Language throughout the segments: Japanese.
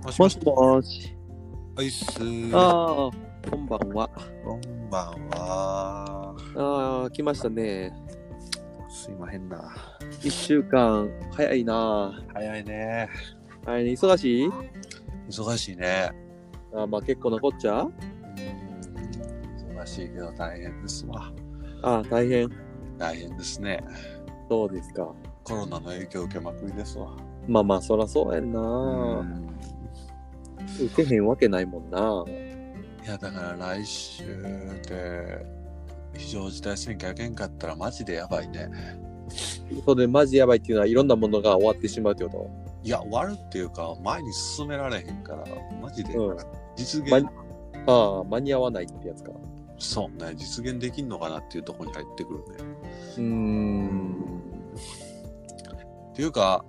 もしもし。 もしもし。 おいっすー。 ああ、こんばんは。 こんばんは。 ああ、来ましたね。 すいまへんな。 1週間、早いな。 早いね。 はい、忙しい？ 忙しいね。 まあ結構なこっちゃ？ 忙しいけど大変ですわ。 大変。 大変ですね。 そうですか。 コロナの影響受けまくりですわ。 まあ、そらそうやんな。受けへんわけないもんな。 いや、だから来週で非常事態宣言あげんかったらマジでやばいね。 それマジやばいっていうのはいろんなものが終わってしまうってこいや、終わるっていうか、前に進められへんから、マジで実と？ 現、 間に合わないってやつか。 そうね、実現できんのかなっていうところに入ってくるね。っていうか、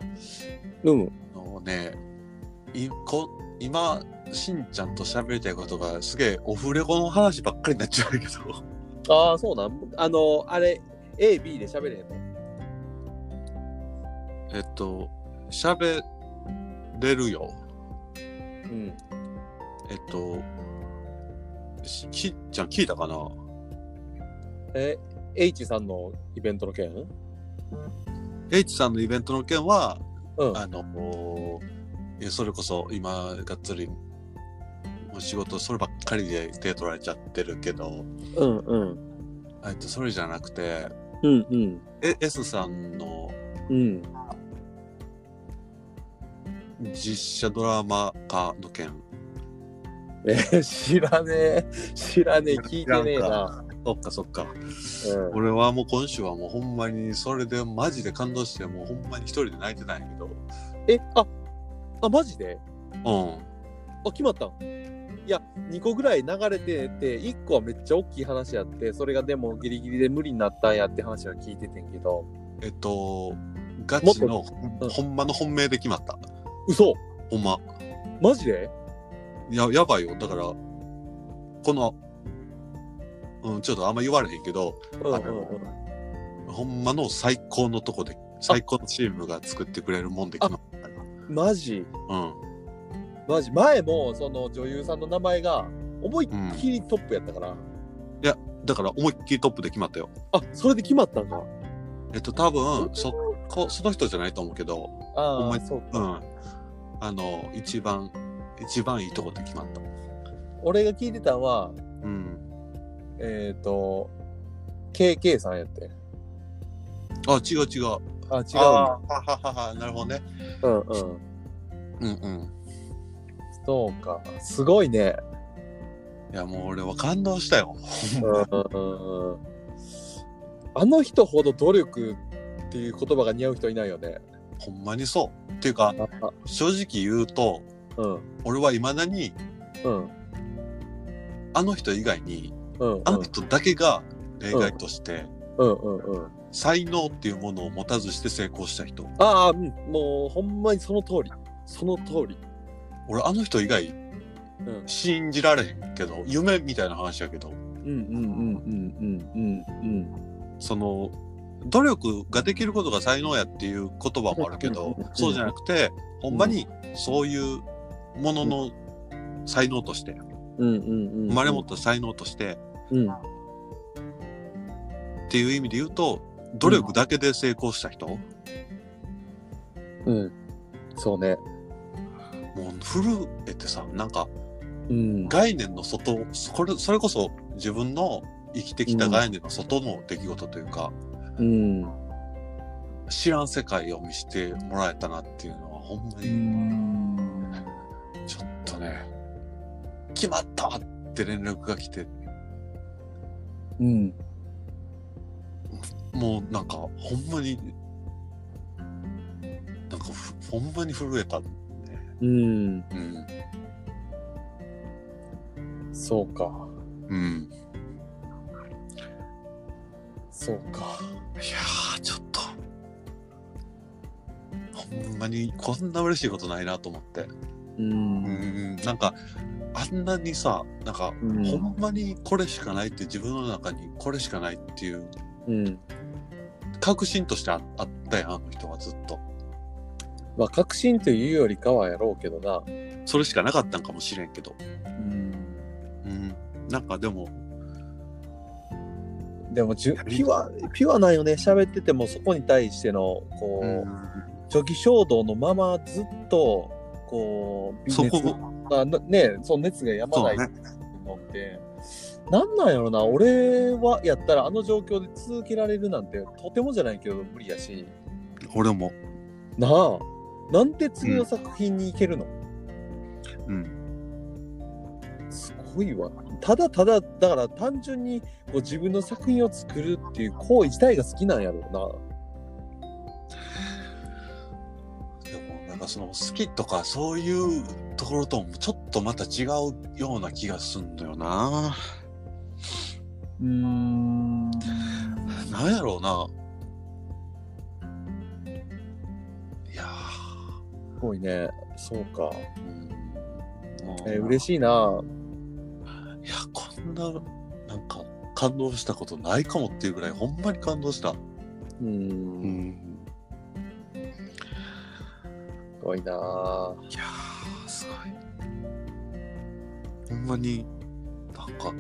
今、しんちゃんと喋りたいことがすげえオフレコの話ばっかりになっちゃうけど。 ああ、そうなん。あれ、A、B で喋れへんの？ 喋れるよ。しんちゃん聞いたかな？ H さんのイベントの件？ H さんのイベントの件は、それこそ今がっつり仕事そればっかりで手取られちゃってるけど、それじゃなくて、S さんの実写ドラマ化の件。 知らねえ、聞いてねえな。 そっか。俺はもう今週はもうほんまにそれでマジで感動してもうほんまに一人で泣いてないけど。 マジで？決まったん？いや、2個ぐらい流れてて、1個はめっちゃ大きい話やって、それがでもギリギリで無理になったんやって話は聞いててんけど。 ガチのほんまの本命で決まった。 嘘？ ほんま。 マジで？ やばいよ。だから、この、ちょっとあんま言われへんけど、ほんまの最高のとこで、最高のチームが作ってくれるもんで決まったから。 マジ？マジ。前も、その女優さんの名前が、思いっきりトップやったから。 いや、だから思いっきりトップで決まったよ。 それで決まったんか。 多分、その人じゃないと思うけど、ほんまに、 そうか。 一番いいとこで決まった。 俺が聞いてたのは、KK さんやって。 違う。 違う。 なるほどね。 そうか。すごいね。 いや、もう俺は感動したよ。 あの人ほど努力っていう言葉が似合う人いないよね。 ほんまにそう。っていうか、正直言うと、俺は未だに、あの人以外に、あの人だけが例外として、才能っていうものを持たずして成功した人。 もうほんまにその通り。 俺あの人以外、信じられへんけど、夢みたいな話やけど、その努力ができることが才能やっていう言葉もあるけど、そうじゃなくて、ほんまにそういうものの才能として、生まれ持った才能として、っていう意味で言うと、努力だけで成功した人、 そうね。 もう震えてさ、なんか、概念の外、それこそ自分の生きてきた概念の外の出来事というか、知らん世界を見せてもらえたなっていうのはほんまに、ちょっとね、決まったって連絡が来て、もうなんかほんまに震えたね。 そうか。そうか。 いやー、ちょっとほんまにこんな嬉しいことないなと思って。なんかあんなにさ、なんか、ほんまにこれしかないって自分の中にこれしかないっていう、確信としてあったやん、あの人はずっと。 まあ確信というよりかはやろうけどな。 それしかなかったんかもしれんけど。 うんなんかでもピュアなんよね。喋っててもそこに対してのこう、初期衝動のままずっとこうそこその熱がやまないのって、なんなんやろな。俺はやったらあの状況で続けられるなんてとてもじゃないけど無理やし。 俺もなあ、なんで次の作品に行けるの？すごいわ。ただだから単純にこう自分の作品を作るっていう行為自体が好きなんやろうな。でもなんかその好きとかそういうところともちょっとまた違うような気がすんのよな。なんやろうな。いやすごいね。そうか。嬉しいな。 いや、こんななんか感動したことないかもっていうぐらいほんまに感動した。すごいな。いやー、すごい。ほんまになんか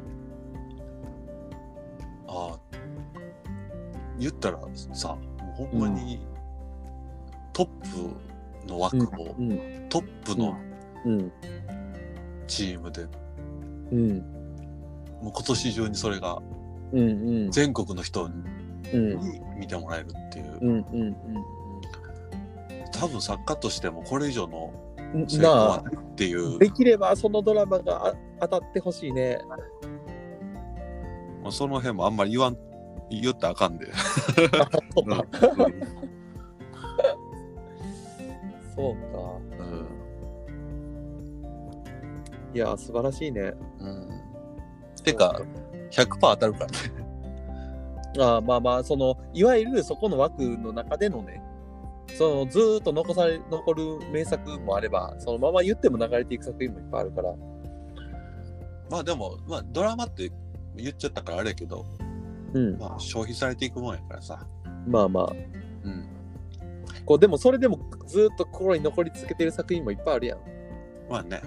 言ったらさ、もうほんまにトップの枠を、トップのチームで、もう今年中にそれが全国の人に見てもらえるっていう、多分作家としてもこれ以上の成功はないっていう。 できればそのドラマが当たってほしいね。 その辺もあんまり言ったらあかんで。 そうか。いや、素晴らしいね。 てか、100% 当たるからね。 まあ、いわゆるそこの枠の中でのね、ずーっと残る名作もあれば、そのまま言っても流れていく作品もいっぱいあるから。 まあでも、ドラマって言っちゃったからあれやけど、消費されていくもんやからさ。 でもそれでもずっと心に残り続けてる作品もいっぱいあるやん。 まあね。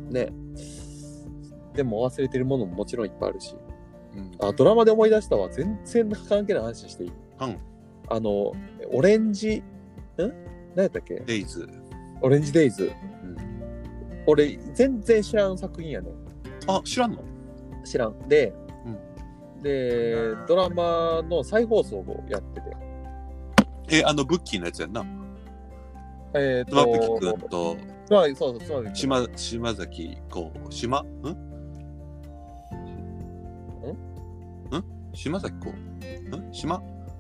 でも忘れてるものももちろんいっぱいあるし。ドラマで思い出したわ。全然関係ない話していい？オレンジ、何やったっけ？ デイズ。 オレンジデイズ。俺、全然知らん作品やねん。 知らんの？ 知らん。で、ドラマの再放送をやってて。 ブッキーのやつやんな。 ブッキーくんと、 そう島崎こう、島崎こう島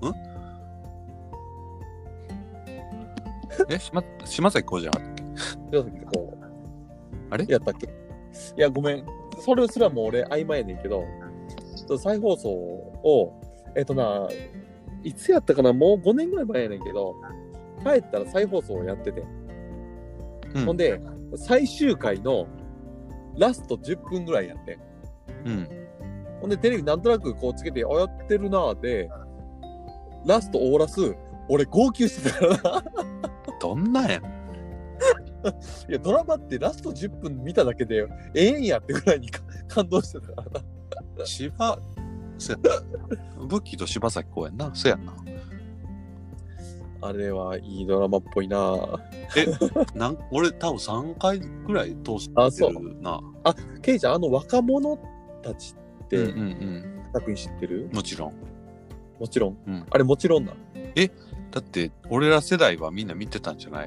島崎こうじゃなかったっけ？ 島崎こう。 あれ？ やったっけ？いや、ごめん。それすらも俺曖昧やねんけど、再放送を、いつやったかな、もう5年ぐらい前やねんけど、帰ったら再放送をやってて。ほんで、最終回のラスト10分ぐらいやって。ほんで、テレビなんとなくこうつけて、やってるなーで、ラストオーラス、俺号泣してたからな。 どんなんやん。 いや、ドラマってラスト10分見ただけで、んやってぐらいに感動してたからな。 そうやな。ブッキーと柴咲コウやんな。そうやんな。 あれはいいドラマっぽいな。 俺多分3回ぐらい通してるな。 ケイちゃん、若者たちって作品知ってる？ もちろん。 あれもちろんな。 だって俺ら世代はみんな見てたんじゃない？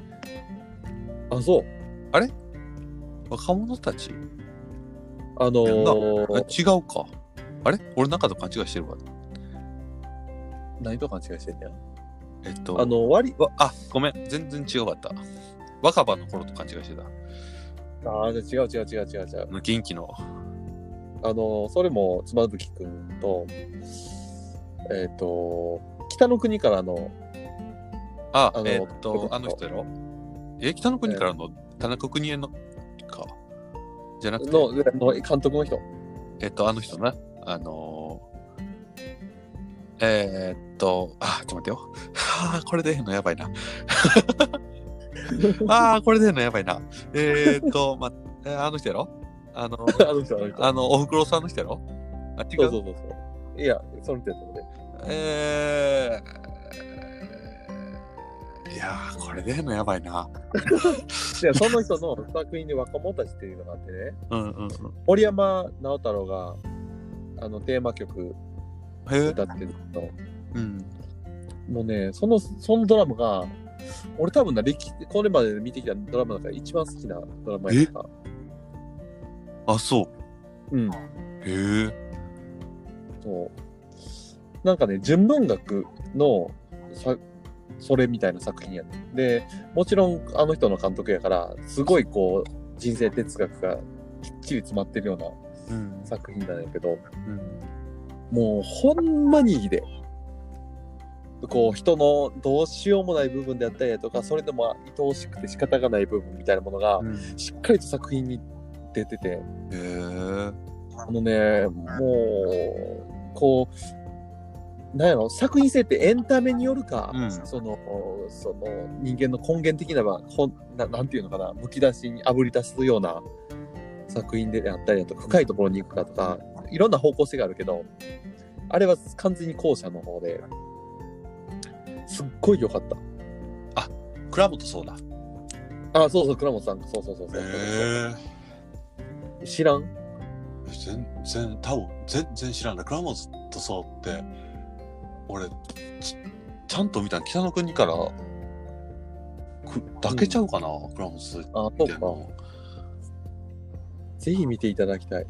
そう。 あれ？若者たち？違うか。あれ？俺なんかと勘違いしてるわ。 何と勘違いしてんねや。 ごめん。全然違うかった。若葉の頃と勘違いしてた。 違う。 元気の。 それも妻夫木くんと、北の国からの、 あの人やろ？北の国からの田中邦衛のか。じゃなくて。 の監督の人。 あの人な。 ちょっと待ってよ。これでへんのやばいな。これでへんのやばいな。あの人やろ？ あの人。 おふくろさんの人やろ？違う。 そう。いや、その人やったので。 いやー、これでへんのやばいな。 いや、その人の作品で若者たちっていうのがあってね、森山直太朗がテーマ曲歌ってるの。もうね、そのドラマが、俺多分これまで見てきたドラマの中で一番好きなドラマやった。 あ、そう。へえ。 そう。なんかね、純文学のそれみたいな作品やね。で、もちろんあの人の監督やから、すごいこう、人生哲学がきっちり詰まってるような作品なんやけど、もうほんまにいいで。こう人のどうしようもない部分であったりとか、それでも愛おしくて仕方がない部分みたいなものが、しっかりと作品に出てて、もうこうなんやろ、作品性ってエンタメによるか、その人間の根源的ななんていうのかな、むき出しにあぶり出すような作品であったりだとか、深いところに行くかとか、いろんな方向性があるけど、あれは完全に後者の方ですっごい良かった。 倉本そうだ。 そう倉本さん。そう。知らん？ 全然知らない。倉本そうって、俺、ちゃんと見たの北の国からだけちゃうかな、倉本そうって。 そうか。ぜひ見ていただきたい。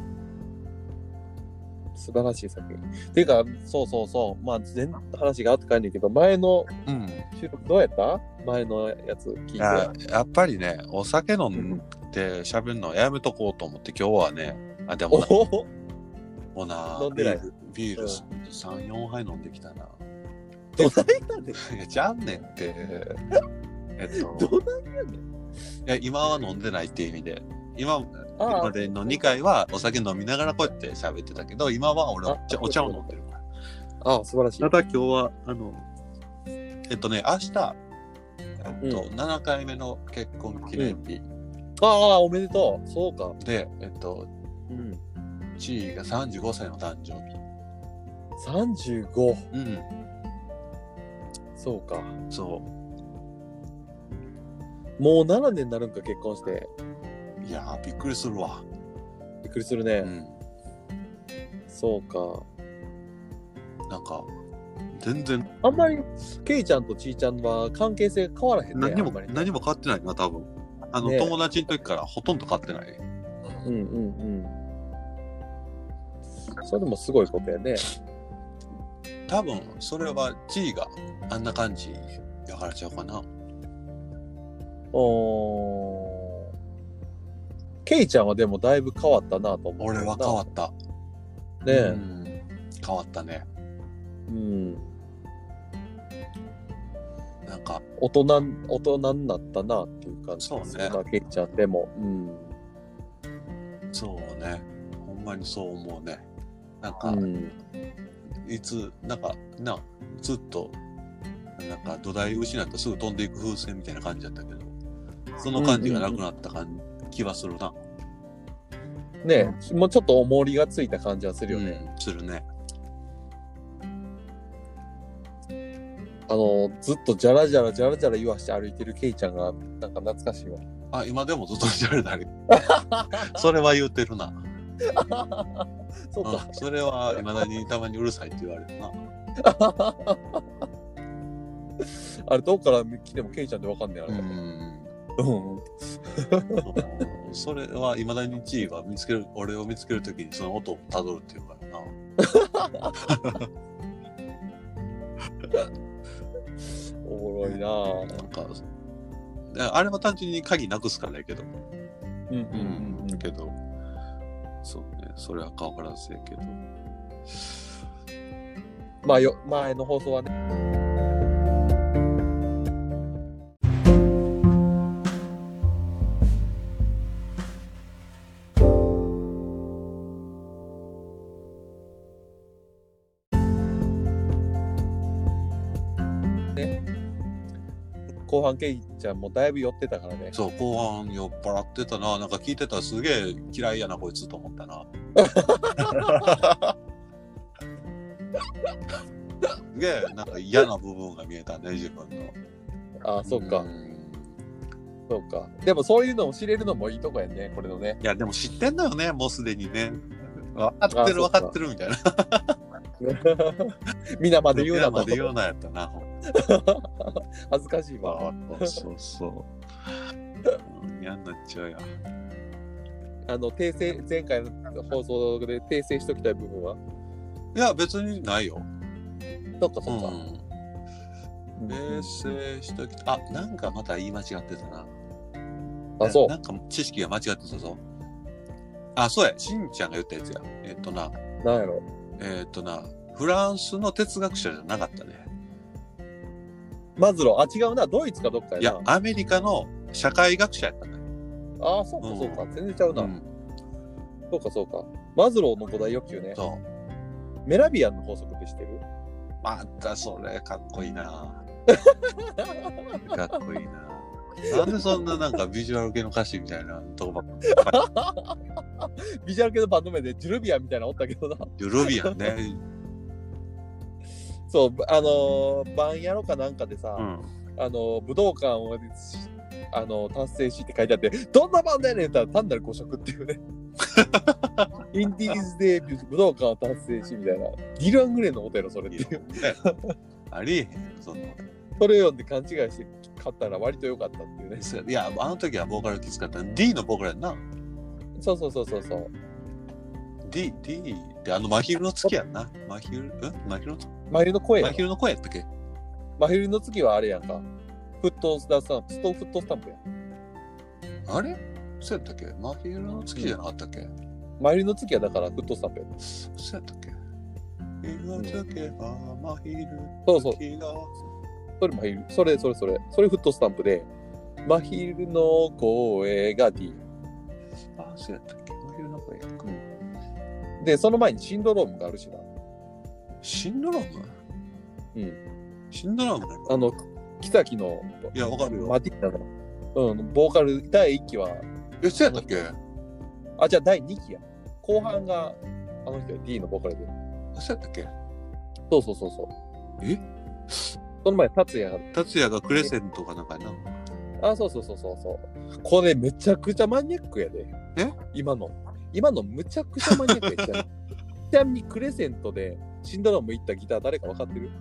素晴らしい作品。っていうか、そう。まあ、話があって帰るんだけど、前の収録どうやった？前のやつ聞いて。 やっぱりね、お酒飲んで喋るのやめとこうと思って、今日はね、でももうな、ビール3、4杯飲んできたな。 どないやねん。 いや、ちゃうねんって。 どないやねん。 いや、今は飲んでないっていう意味で。今までの2回はお酒飲みながらこうやって喋ってたけど、今は俺お茶を飲んでるから。 素晴らしい。 ただ今日は明日、7回目の結婚記念日。 おめでとう。そうか。 で、ちいが35歳の誕生日。 35。そうか。 そう。 もう7年になるんか、結婚して。 いやー、びっくりするわ。 びっくりするね。そうか。 なんか、全然。 あんまり、ケイちゃんとちいちゃんは関係性変わらへんね。 何も変わってないな、多分。友達の時からほとんど変わってない。 それもすごいことやね。 多分、それはちいがあんな感じやからちゃうかな。 ケイちゃんはでもだいぶ変わったなと思う。 俺は変わった。 ね変わったね。なんか大人になったなっていう感じ。 そうね。 ケイちゃんでも。 そうね。ほんまにそう思うね。なんか、ずっとなんか土台失ってすぐ飛んでいく風船みたいな感じだったけど、その感じがなくなった気はするな。 ねえ、もうちょっと重りがついた感じはするよね。 するね。 ずっとジャラジャラ言わして歩いてるケイちゃんがなんか懐かしいわ。 今でもずっとジャラジャラそれは言うてるな。 そうか。 それは未だにたまにうるさいって言われるな。 あれどっから来てもケイちゃんってわかんねえあれ。 それは未だにチーが俺を見つけるときにその音をたどるっていうからな。 おもろいなぁ。 なんかあれは単純に鍵なくすからやけど。けど、そうね、それは変わらずやけど。 前の放送はね。 後半ケイちゃんもだいぶ酔ってたからね。 そう、後半酔っ払ってたな。なんか聞いてたらすげえ嫌いやな、こいつと思ったな。すげえ、なんか嫌な部分が見えたね、自分の。 ああ、そうか。そうか。でもそういうのを知れるのもいいとこやね、これのね。 いや、でも知ってんだよね、もうすでにね。分かってる分かってるみたいな。 皆まで言うな皆まで言うなやったな。 恥ずかしいわ。 そうそう。嫌になっちゃうや。 訂正、前回の放送で訂正しときたい部分は？ いや、別にないよ。 そっかそっか。 訂正しときた。あ、なんかまた言い間違ってたな。 あ、そう。 なんか知識が間違ってたぞ。あ、そうや。しんちゃんが言ったやつや。 なんやろ。 フランスの哲学者じゃなかったね。 マズロー。あ、違うな。ドイツかどっかやな。 いや、アメリカの社会学者やったね。 ああ、そうかそうか。全然ちゃうな。そうかそうか。マズローの5大欲求ね。 そう。 メラビアンの法則って知ってる？ またそれかっこいいな。かっこいいな。なんでそんななんかビジュアル系の歌詞みたいなとこばっかり。ビジュアル系のバンド名でジュルビアンみたいなのおったけどな。 ジュルビアンね。 そう、バンヤロかなんかでさ、武道館を達成しって書いてあって、どんなバンドやねんって言ったら単なる誤色っていうね。インディーズで武道館を達成しみたいな。ディル・アングレンのことやろ、それっていう。 ありえへん、そんな。 それ読んで勘違いして買ったら割と良かったっていうね。 いや、あの時はボーカルきつかった。D のボーカルやんな。 そう。 D って真昼の月やんな。真昼の声やったっけ？ 真昼の月はあれやんか。フットスタンプや。 あれ？そうやったっけ？真昼の月じゃなかったっけ？ 真昼の月はだからフットスタンプや。 そうやったっけ？ そう。それ真昼。それフットスタンプで、真昼の声が D。 あ、そうやったっけ？真昼の声やんか。 で、その前にシンドロームがあるしな。 シンドローム？シンドロームだよ。キサキの、 いや、わかるよ。 マティーナの、ボーカル第1期は。 そうやったっけ？ あ、じゃあ第2期や。後半が、あの人や、D のボーカルで。 そうやったっけ？ そう。 え？ その前、達也がクレセントかなんかやな。 あ、そう。これめちゃくちゃマニアックやで。今のむちゃくちゃマニアックや。ちなみにクレセントでシンドローム行ったギター誰か分かってる？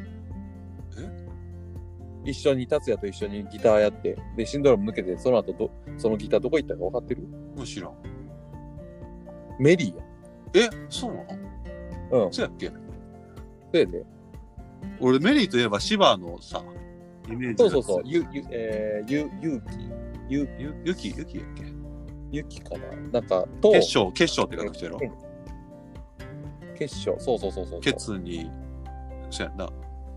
一緒に達也と一緒にギターやって、でシンドローム抜けて、その後そのギターどこ行ったか分かってる？ もちろん。 メリーや。 そうなの？ そうやっけ？ そうやで。 俺メリーといえばシバのさ、イメージ。 そう。ユキやっけ？ユキかな？なんか決勝って書く人やろ？ 決勝。そう。 ケツに、そうやんな。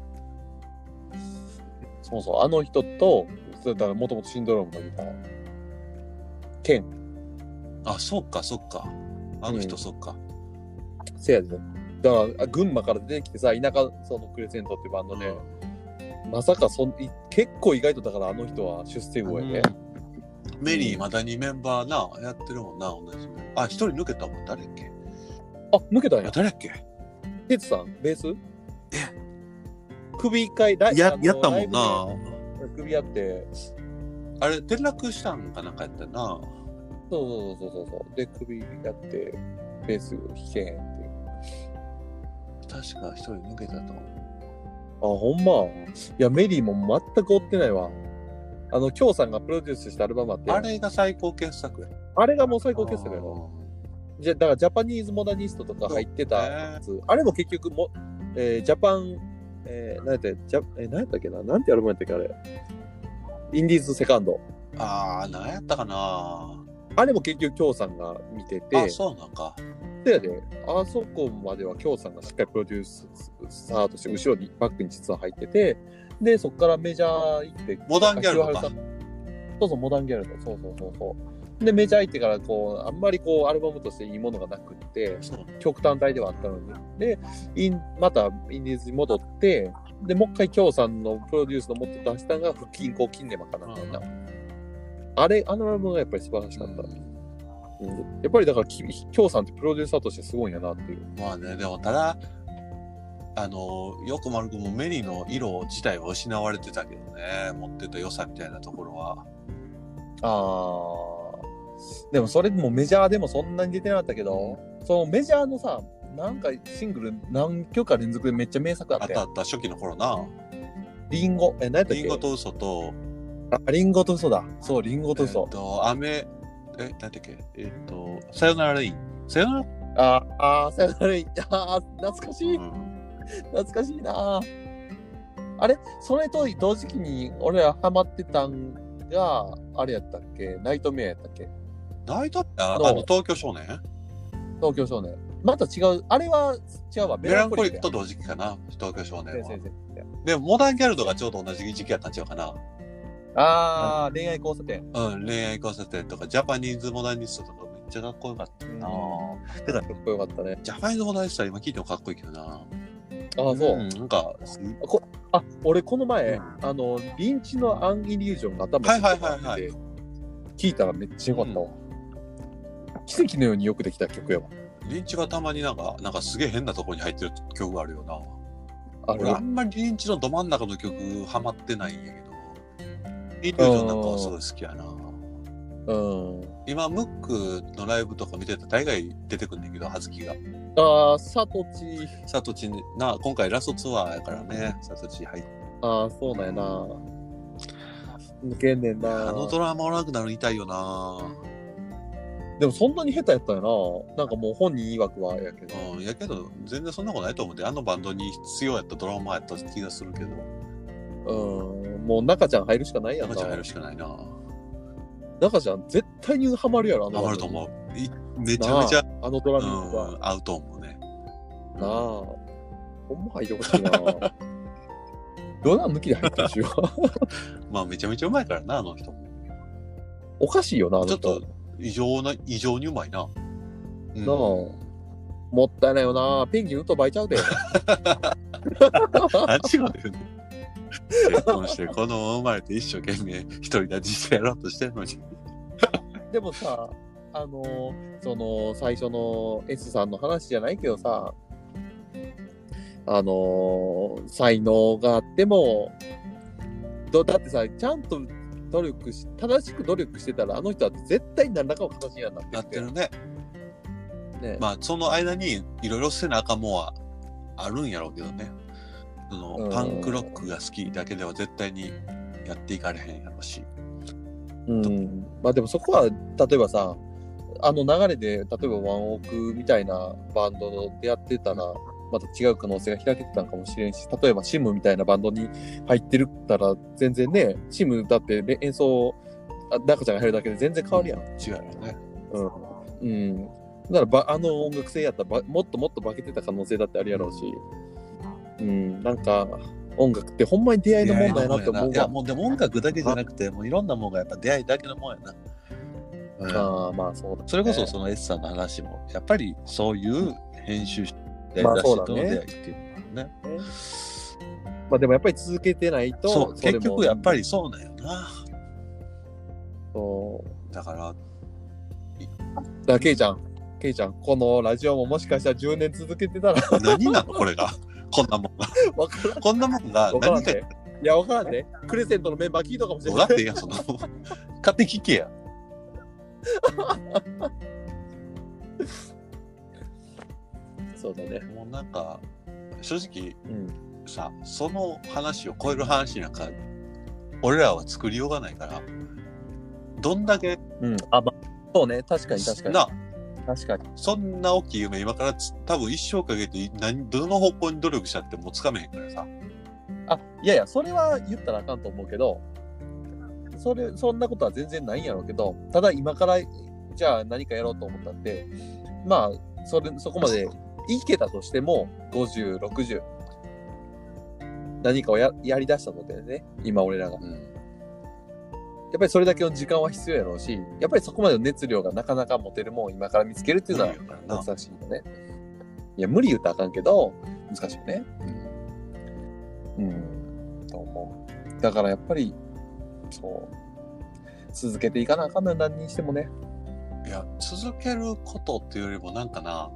そう、あの人と、だからもともとシンドロームのギター。ケン。 あ、そっか。あの人、そっか。 せやで。だから、群馬から出てきてさ、田舎、そのクレセントっていうバンドで、まさか結構意外とだからあの人は出世魚やね。 メリーまだにメンバーな、やってるもんな、同じ。あ、一人抜けたもん、誰っけ？ あ、抜けたんや。 誰っけ？ テツさん、ベース？首かい、 やったもんな。 首やって。 あれ、転落したんかなんかやったな。 そう。で、首やって、ベース弾けへんっていう。 確か一人抜けたと思う。 あ、ほんま。いや、メリーも全く追ってないわ。キョウさんがプロデュースしたアルバムあって。 あれが最高傑作や。 あれがもう最高傑作やろ。だからジャパニーズモダニストとか入ってたやつ。あれも結局ジャパン、何やったっけな？なんてアルバムやったっけあれ。インディーズセカンド。 何やったかな。 あれも結局キョウさんが見てて。 あ、そうなんか。 で、あそこまではキョウさんがしっかりプロデューサーとして後ろにバックに実は入ってて、で、そこからメジャー行って、 モダンギャルとか。 そう、モダンギャルの、そう。で、メジャー行ってからあんまりアルバムとしていいものがなくって、極端体ではあったのに。で、またインディーズに戻って、 で、もう一回京さんのプロデュースのもっと出したのが、不均衡キンネマかな、みたいな。あのアルバムがやっぱり素晴らしかった。やっぱりだから、京さんってプロデューサーとしてすごいんやなっていう。 まあね、でもただ、よく丸くもメリの色自体は失われてたけどね、持ってた良さみたいなところは。 でもそれもメジャーでもそんなに出てなかったけど、そのメジャーのさ、なんかシングル何曲か連続でめっちゃ名作あったよ。 あった初期の頃な。 リンゴ、何やったっけ？ リンゴと嘘と、 リンゴと嘘だ。そう、リンゴと嘘。 何だっけ？さよならレイン。さよなら？ さよならレイン。懐かしい。懐かしいな。あれそれと同時期に俺らハマってたんが、あれやったっけ？ナイトメアやったっけ？ ナイト東京少年？ 東京少年。また違う。あれは違うわ。 メランコリックと同時期かな、東京少年は。でも、モダンギャルドがちょうど同じ時期やったんちゃうかな。 恋愛交差点。 恋愛交差点とか、ジャパニーズモダニストとかめっちゃかっこよかったな。 てか、かっこよかったね。 ジャパニーズモダニストは今聞いてもかっこいいけどな。 そう。 なんか、 俺この前、リンチのアンイリュージョンが頭に聞いたらめっちゃよかったわ。奇跡のようによくできた曲やわ。 リンチはたまになんかすげえ変なところに入ってる曲があるよな。俺あんまりリンチのど真ん中の曲ハマってないんやけど、イリュージョンなんかはすごい好きやな。今ムックのライブとか見てたら大概出てくんねんけど、葉月が。 サトチな、今回ラストツアーやからね、サトチ入って。 そうなんやな。抜けんねんな。 ドラマおらなくなるの痛いよな。 でもそんなに下手やったよな。なんかもう本人曰くはやけど。 やけど全然そんなことないと思って、あのバンドに必要やったドラマやった気がするけど。 もう中ちゃん入るしかないやんな。 中ちゃん入るしかないな。 中ちゃん絶対にハマるやろ、 ハマると思う。めちゃめちゃあのドラミングは合うと思うね。 なあ、ほんま入ってほしいな。どうなん抜きで入ってほしいわ。 まあめちゃめちゃうまいからな、あの人も。 おかしいよな、 ちょっと異常にうまいな。 なあ、もったいないよな。ペンギンうとばいちゃうで。 あっちが出るね。結婚して子供生まれて一生懸命一人で実際やろうとしてるのに。 でもさ、その最初の S さんの話じゃないけどさ、才能があってもだってさ、ちゃんと正しく努力してたら、あの人は絶対何らかの形にはなってるね。まあその間にいろいろせなあかんもんはあるんやろうけどね。パンクロックが好きだけでは絶対にやっていかれへんやろし。 まあでもそこは例えばさ、あの流れで例えばワンオークみたいなバンドでやってたらまた違う可能性が開けてたのかもしれんし、例えばシムみたいなバンドに入ってるったら全然ね、シムだって演奏中ちゃんが入るだけで全然変わるやん。 違うよね。だからあの音楽性やったらもっともっと化けてた可能性だってあるやろうし、なんか音楽ってほんまに出会いのもんだよなって思うわ。 いやもうでも音楽だけじゃなくて、もういろんなもんがやっぱ出会いだけのもんやな。 まあそうだね。 それこそその S さんの話もやっぱりそういう編集して出しとの出会いっていうのはね。 まあでもやっぱり続けてないと、 そう結局やっぱりそうだよな。だからケイちゃん、このラジオももしかしたら10年続けてたら何なのこれが。こんなもんが。こんなもんが何か。 いや、わからんね。クレセントのメンバー聞いたかもしれない。 だっていや、勝手に聞けや。 そうだね。 もうなんか、正直、さ、その話を超える話なんか、俺らは作りようがないから、どんだけ。 そうね。確かに。確かに。 そんな大きい夢、今から多分一生かけてどの方向に努力しちゃってもつかめへんからさ。 いやいや、それは言ったらあかんと思うけど、そんなことは全然ないんやろうけど、ただ今からじゃあ何かやろうと思ったって、まあそこまでいけたとしても50、60何かをやりだしたのでね、今俺らが。やっぱりそれだけの時間は必要やろうし、やっぱりそこまでの熱量がなかなか持てるもんを今から見つけるっていうのは難しいよね。いや、無理言ったらあかんけど、難しいよね。 と思う。だからやっぱり、そう、続けていかなあかんのよ、何にしてもね。 いや、続けることっていうよりもなんかな、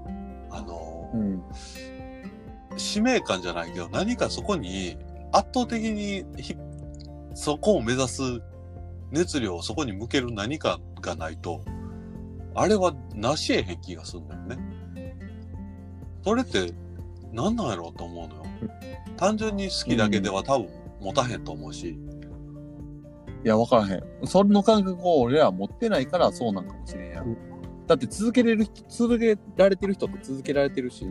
使命感じゃないけど、何かそこに圧倒的にそこを目指す熱量をそこに向ける何かがないと、あれは成し得へん気がするんだよね。それって何なんやろうと思うのよ。単純に好きだけでは多分持たへんと思うし。 いや、わからへん。その感覚を俺らは持ってないからそうなんかもしれんやん。だって続けられてる人って続けられてるし。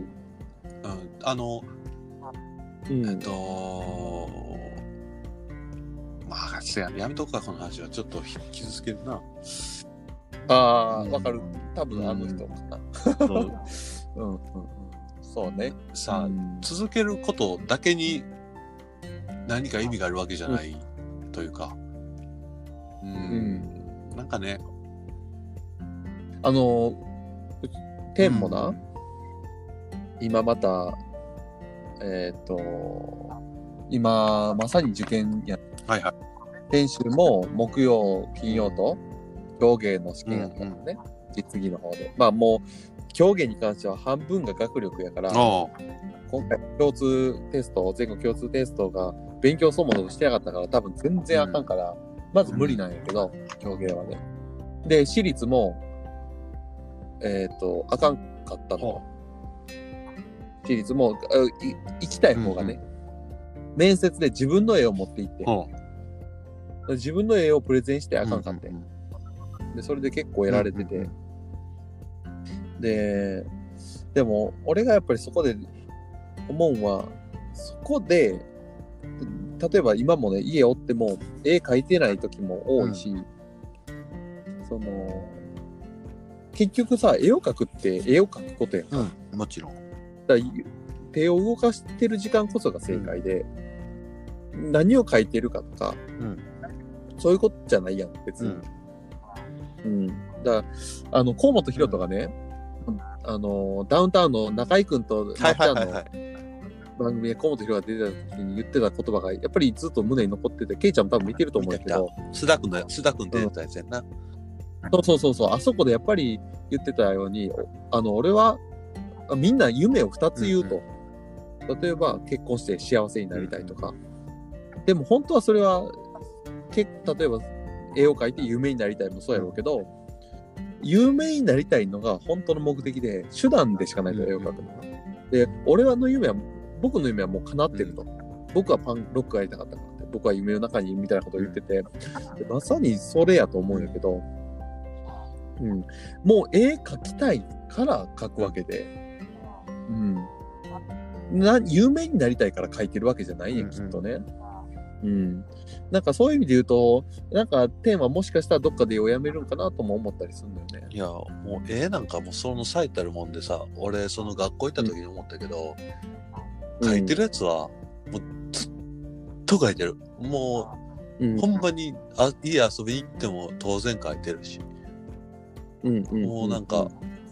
まあ、やめとくか、この話は。ちょっと傷つけるな。 わかる。多分あの人かな。そうね。 さあ、続けることだけに何か意味があるわけじゃないというか。なんかね。 天もな、今また、今、まさに受験や。 はいはい。 先週も木曜、金曜と、狂言の試験やったのね。実技の方で。まあもう、狂言に関しては半分が学力やから、今回全国共通テストが勉強そもそもしてなかったから多分全然あかんから、まず無理なんやけど、狂言はね。で、私立も、あかんかったの。私立も、行きたい方がね、面接で自分の絵を持って行って、自分の絵をプレゼンしてあかんかって。で、それで結構得られてて。でも、俺がやっぱりそこで思うんは、そこで、例えば今もね、家おっても、絵描いてない時も多いし、結局さ、絵を描くって絵を描くことやんか。 もちろん。 だ手を動かしてる時間こそが正解で、何を描いてるかとか、そういうことじゃないやん、別に。だから、河本大翔がね、ダウンタウンの中居君とまっちゃんの番組で河本大翔が出てた時に言ってた言葉が、やっぱりずっと胸に残ってて、ケイちゃんも多分見てると思うんだけど。 須田君出てたやつやんな。 そう。あそこでやっぱり言ってたように、俺は、みんな夢を2つ言うと。例えば、結婚して幸せになりたいとか。でも本当はそれは、例えば、絵を描いて夢になりたいもそうやろうけど、夢になりたいのが本当の目的で、手段でしかないと、絵を描くのが。で、僕の夢はもう叶ってると。僕はパンロックがやりたかったからって、僕は夢の中にみたいなことを言ってて、でまさにそれやと思うんやけど、もう絵描きたいから描くわけで、有名になりたいから描いてるわけじゃないんや、きっとね。なんかそういう意味で言うと、なんかテーマもしかしたらどっかでやめるんかなとも思ったりするんだよね。 いや、もう絵なんかもその最たるもんでさ、俺その学校行った時に思ったけど、描いてるやつは、もうずっと描いてる。もう、ほんまに家遊びに行っても当然描いてるし。もうなんか、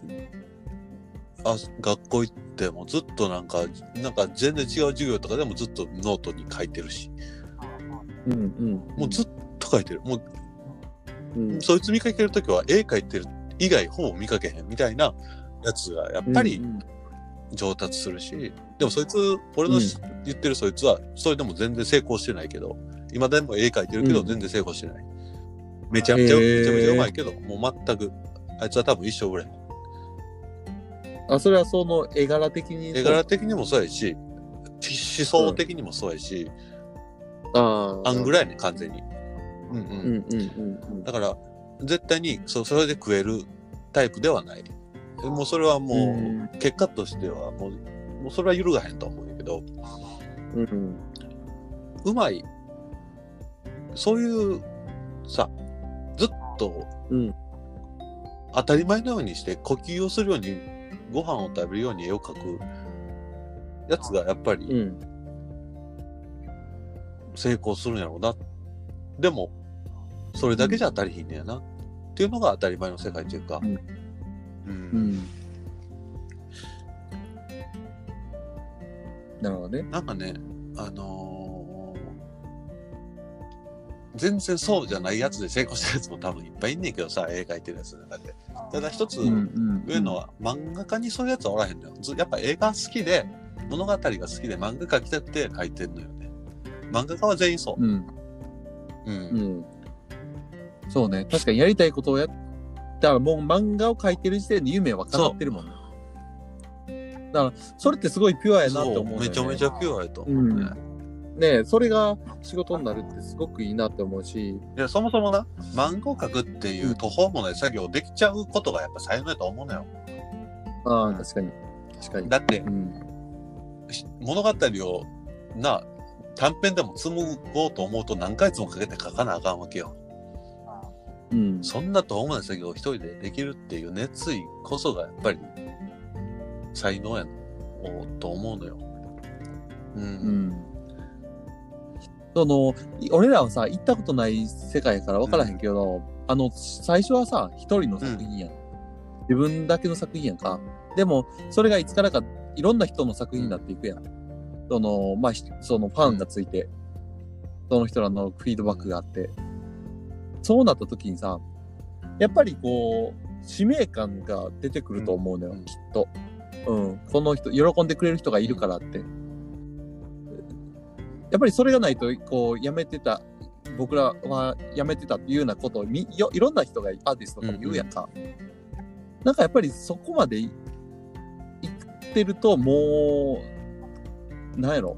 学校行ってもずっとなんか全然違う授業とかでもずっとノートに書いてるし。もうずっと書いてる。もう、そいつ見かけるときは絵描いてる以外ほぼ見かけへんみたいなやつがやっぱり上達するし、でもそいつ、俺の言ってるそいつは、それでも全然成功してないけど、今でも絵描いてるけど全然成功してない。めちゃめちゃうまいけど、もう全く、あいつは多分一生売れん。 それはその絵柄的にもそうやし、思想的にもそうやし、あんぐらいね、完全に。だから、絶対にそれで食えるタイプではない。もうそれはもう、結果としては、もうそれは揺るがへんと思うんやけど、うまい。そういうさ、ずっと、当たり前のようにして呼吸をするようにご飯を食べるように絵を描くやつがやっぱり成功するんやろうな。でもそれだけじゃ当たりひんねやなっていうのが当たり前の世界というか、 なるほどね。 なんかね、 全然そうじゃないやつで成功したやつも多分いっぱいいんねんけどさ、絵描いてるやつの中で。ただ一つ上のは、漫画家にそういうやつはおらへんのよ。やっぱ絵が好きで、物語が好きで漫画描きたくて描いてんのよね。漫画家は全員そう。 そうね。確かにやりたいことをやったらもう漫画を描いてる時点で夢は叶ってるもんね。だから、それってすごいピュアやなって思う、ね。 めちゃめちゃピュアやと思うね。 ねえ、それが仕事になるってすごくいいなって思うし。 いや、そもそもな、漫画を描くっていう途方もない作業できちゃうことがやっぱ才能やと思うのよ。 ああ、確かに。確かに。 だって、物語を短編でも紡ごうと思うと何ヶ月もかけて書かなあかんわけよ。そんな途方もない作業を一人でできるっていう熱意こそがやっぱり才能やと思うのよ。 俺らはさ、行ったことない世界やから分からへんけど、最初はさ、一人の作品やん。自分だけの作品やんか。でも、それがいつからかいろんな人の作品になっていくやん。そのファンがついて、その人らのフィードバックがあって。そうなった時にさ、やっぱりこう、使命感が出てくると思うのよ、きっと。この人、喜んでくれる人がいるからって。やっぱりそれがないと、こう、僕らはやめてたっていうようなことをいろんな人がアーティストとかも言うやんか。なんかやっぱりそこまでいってると、もう、なんやろ。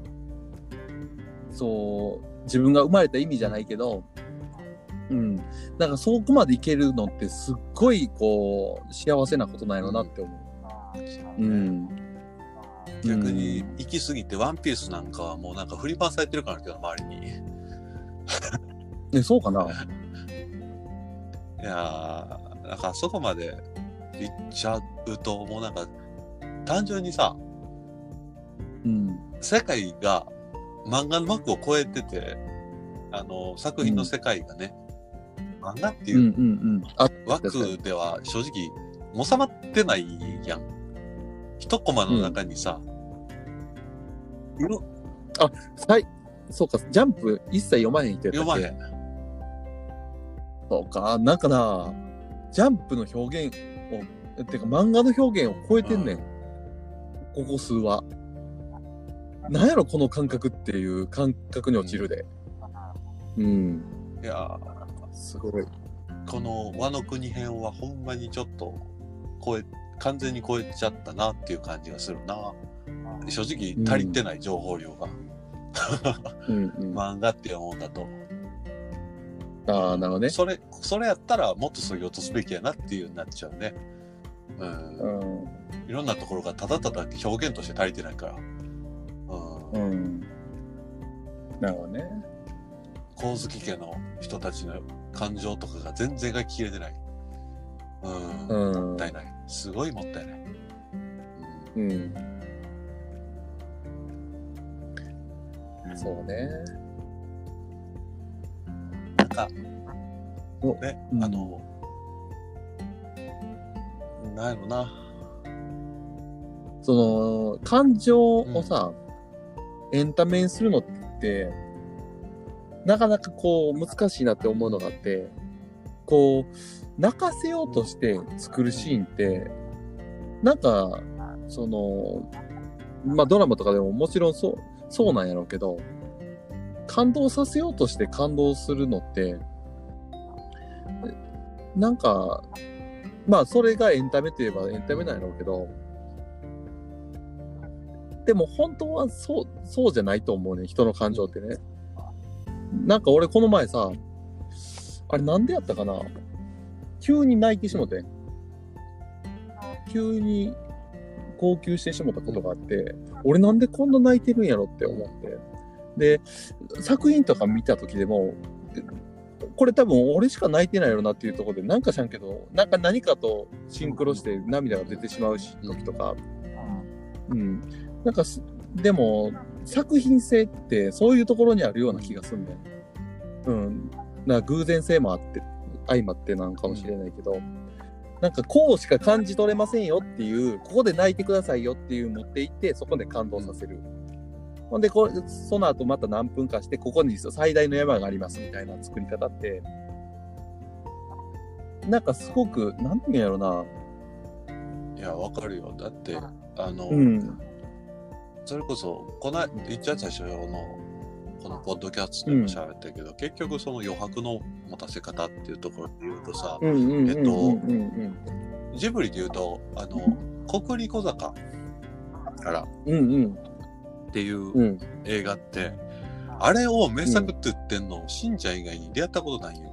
そう、自分が生まれた意味じゃないけど、なんかそこまでいけるのってすっごい、こう、幸せなことなんやろなって思う。 逆に行き過ぎてワンピースなんかはもうなんか振り回されてるからけど周りにそうかな。 いやーなんかあそこまで行っちゃうともうなんか単純にさ、世界が漫画の枠を超えてて作品の世界がね、漫画っていう枠では正直収まってないやん。一コマの中にさ、 そうか、ジャンプ一切読まへん人やったっけ？ 読まへん。 そうか、なんかな、ジャンプの表現を、てか漫画の表現を超えてんねん。ここ数は。なんやろ、この感覚っていう感覚に落ちるで。いやー、すごい。 この和の国編はほんまにちょっと完全に超えちゃったなっていう感じがするな。正直足りてない情報量が。漫画っていうもんだと。 ああ、なるほどね。 それやったらもっとそぎ落とすべきやなっていうになっちゃうね。いろんなところがただただ表現として足りてないから。 なるほどね。 光月家の人たちの感情とかが全然描ききれてない。もったいない。すごいもったいない。 そうね。 なんか、ね、なんやろな。 その、感情をさ、エンタメにするのって、なかなかこう、難しいなって思うのがあって、こう、泣かせようとして作るシーンって、なんか、ドラマとかでももちろんそうなんやろうけど、感動させようとして感動するのって、なんか、それがエンタメといえばエンタメなんやろうけど、でも本当はそうじゃないと思うね、人の感情ってね。なんか俺この前さ、あれなんでやったかな？急に泣いてしもて。急に号泣してしもたことがあって、俺なんでこんな泣いてるんやろって思って。で、作品とか見た時でも、これ多分俺しか泣いてないやろなっていうところで、なんか知らんけど、なんか何かとシンクロして涙が出てしまう時とか、なんか、でも、作品性ってそういうところにあるような気がするんだよね。なんか偶然性もあって、相まってなのかもしれないけど、なんかこうしか感じ取れませんよっていう、ここで泣いてくださいよっていう持っていって、そこで感動させる。 ほんでその後また何分かして、ここに最大の山がありますみたいな作り方って、なんかすごく、なんていうんやろな。 いや、わかるよ。だって、それこそ、一番最初の、このポッドキャストでも喋ったけど、結局その余白の持たせ方っていうところで言うとさ、ジブリで言うと、国立小坂からっていう映画って、あれを名作って言ってんの、しんちゃん以外に出会ったことないんや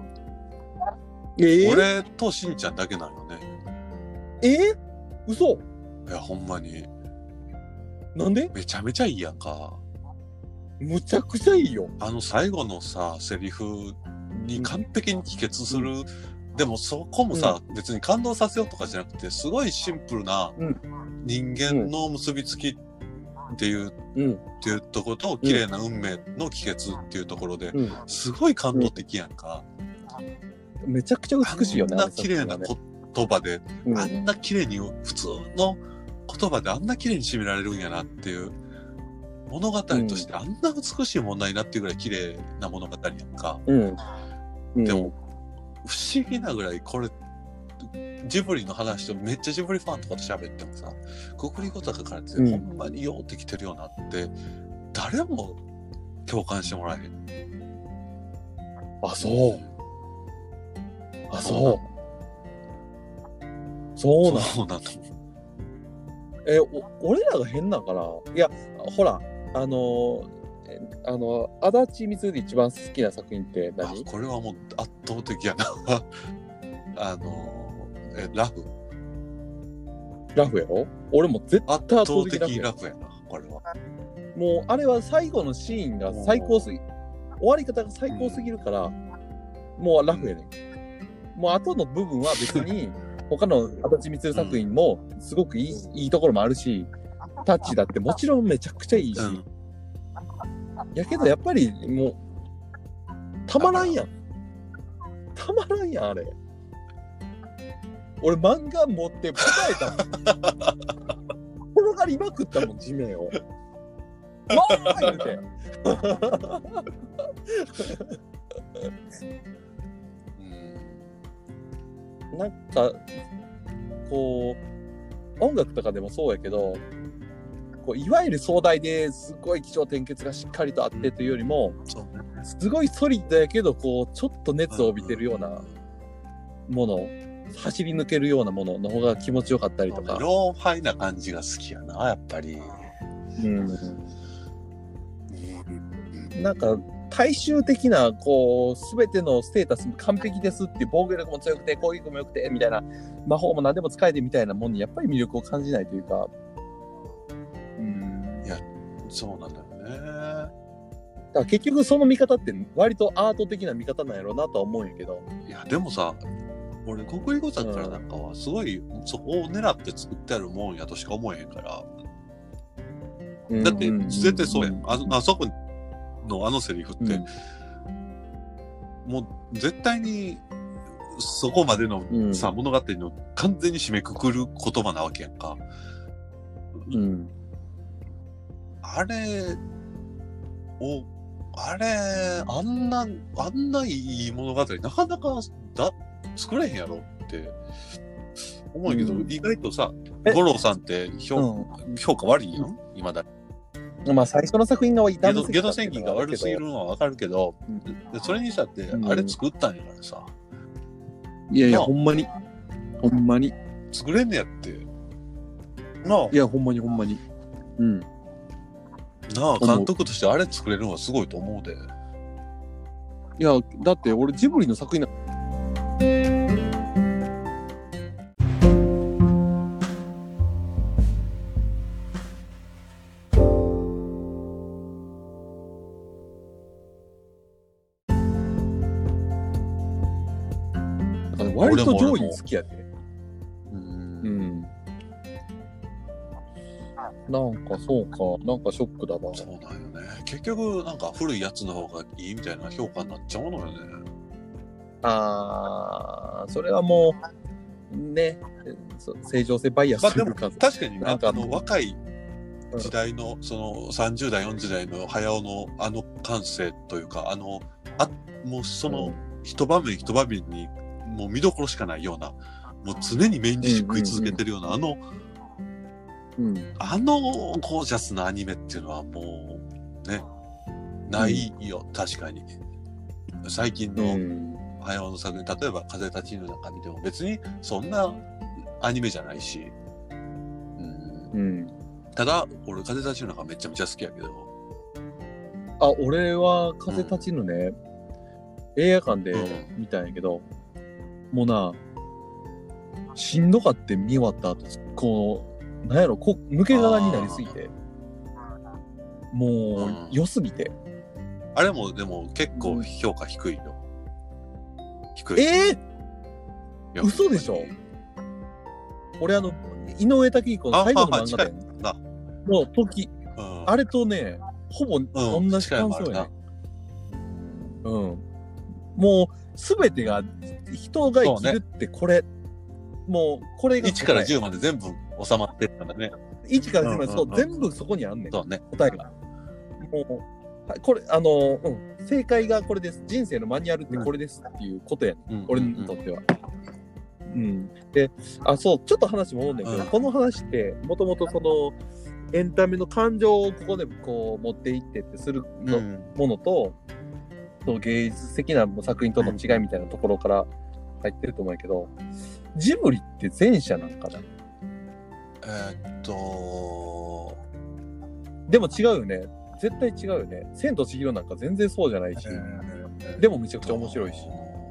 けど、俺としんちゃんだけなんよね。 嘘？ いや、ほんまに。 なんで？ めちゃめちゃいいやんか。 むちゃくちゃいいよ。 最後のさ、セリフに完璧に帰結する。でもそこもさ、別に感動させようとかじゃなくて、すごいシンプルな人間の結びつきっていう、っていうところと、綺麗な運命の帰結っていうところで、すごい感動的やんか。 めちゃくちゃ美しいよね。 あんな綺麗な言葉で、あんな綺麗に、普通の言葉であんな綺麗に締められるんやなっていう、物語としてあんな美しいもんないなっていうぐらい綺麗な物語やんか。でも、不思議なぐらいこれ、ジブリの話とめっちゃジブリファンとかと喋ってもさ、国立小坂からってほんまにようってきてるようなって、誰も共感してもらえへん。 あ、そう。あ、そう。そうなの。 そうなの。 俺らが変なんかな。いや、ほら、足立みつるで一番好きな作品って何？ これはもう圧倒的やな。ラフ。 ラフやろ？俺も絶対圧倒的ラフやな、これは。 もう、あれは最後のシーンが最高すぎ、終わり方が最高すぎるから、もうラフやねん。もう後の部分は別に、他の足立みつる作品もすごくいいところもあるし、タッチだってもちろんめちゃくちゃいいし、やけどやっぱりもうたまらんやん、あれ。俺漫画持って答えたもん。転がりまくったもん、地面を。わー言うて。なんかこう音楽とかでもそうやけど、こういわゆる壮大ですごい起承転結がしっかりとあってというよりも、すごいソリッドやけどこうちょっと熱を帯びてるようなもの、走り抜けるようなものの方が気持ちよかったりとか、 ローファイな感じが好きやな、やっぱり。 なんか大衆的なこう全てのステータス完璧ですっていう、防御力も強くて攻撃も良くてみたいな、魔法も何でも使えてみたいなもんにやっぱり魅力を感じないというか、 いや、そうなんだよね。 だから結局その見方って割とアート的な見方なんやろうなとは思うんやけど。 いやでもさ、俺国立小坂からなんかはすごいそこを狙って作ってあるもんやとしか思えへんから。だって絶対そうやん。あそこのセリフって、もう絶対にそこまでのさ、物語の完全に締めくくる言葉なわけやんか。あんないい物語なかなか作れへんやろって思うけど、意外とさ、五郎さんって評価悪いやん、今だ。 まあ最初の作品がゲド戦記が悪すぎるのはわかるけど、それにしたってあれ作ったんやからさ。 いやいや、ほんまに作れんねやって。 いやほんまに監督としてあれ作れるのはすごいと思うで。 いやだって俺ジブリの作品割と上位好きやで。なんかそうか、なんかショックだな。 そうなんよね。結局なんか古いやつの方がいいみたいな評価になっちゃうのよね。 それはもうね、正常性バイアスというか、 確かになんか若い時代のその30代40代の早尾のあの感性というかもうその一場面一場面にもう見どころしかないようなもう常にメインディッシュ食い続けてるようなあのゴージャスなアニメっていうのはもうねないよ、確かに最近の早尾の作品、例えば風立ちぬなんか見ても別にそんなアニメじゃないし、ただ俺風立ちぬなんかめちゃめちゃ好きやけど、 俺は風立ちぬね、映画館で見たんやけど、もうなしんどかって見終わった後こうなんやろ抜け殻になりすぎてもう良すぎて、 あれもでも結構評価低いよ。低い。 嘘でしょ。俺井上武彦の最後の漫画展の時、あれとねほぼ同じ感想やね。もう全てが人が生きるってこれ、もうこれが 1から10まで全部収まってるからね。 1から10までそう全部そこにあんねん。 そうね。 答えが。もうこれ正解がこれです。人生のマニュアルってこれですっていうことやねん。俺にとっては。で、そうちょっと話戻るんだけど、この話ってもともとそのエンタメの感情をここでこう持っていってってするの、ものと。芸術的な作品との違いみたいなところから入ってると思うんやけど、ジブリって前者なんかな？でも違うよね。絶対違うよね。千と千尋なんか全然そうじゃないし、でもめちゃくちゃ面白いし。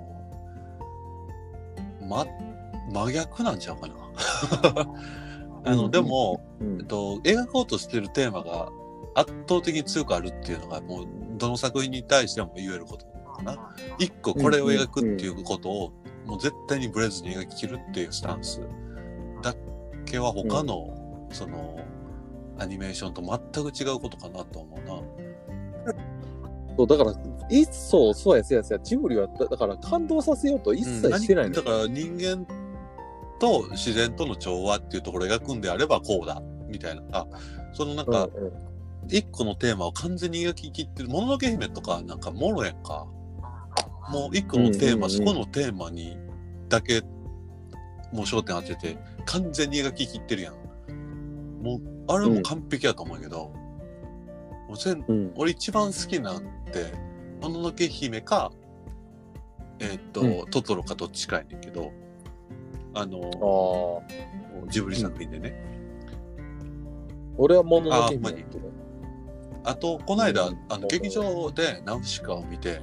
真逆なんちゃうかな。でも、描こうとしてるテーマが圧倒的に強くあるっていうのがもうどの作品に対しても言えることかな。一個これを描くっていうことをもう絶対にブレずに描き切るっていうスタンスだけは他のそのアニメーションと全く違うことかなと思うな。 そうだからそうやジブリはだから感動させようと一切してないの、 だから人間と自然との調和っていうところを描くんであればこうだみたいな、そのなんか、一個のテーマを完全に描き切ってる。もののけ姫とかなんかもろやんか。もう一個のテーマ、そこのテーマにだけもう焦点当てて完全に描き切ってるやん。もうあれも完璧やと思うけど、もう俺一番好きなんてもののけ姫かトトロかどっちかやねんけど、ジブリ作品でね。 俺はもののけ姫やけど。 あとこの間劇場でナウシカを見て、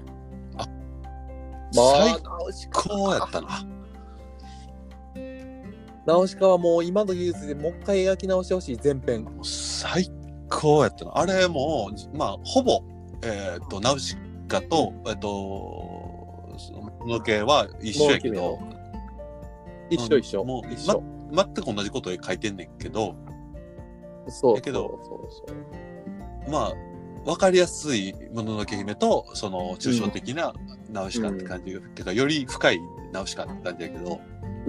最高やったな。 ナウシカはもう今の技術でもう一回描き直してほしい全編。 最高やったな。あれもほぼナウシカともののけは一緒やけど、 一緒。 もう全く同じことを書いてんねんけど、 そう分かりやすいもののけ姫とその抽象的なナウシカって感じ、っていうかより深いナウシカって感じやけど、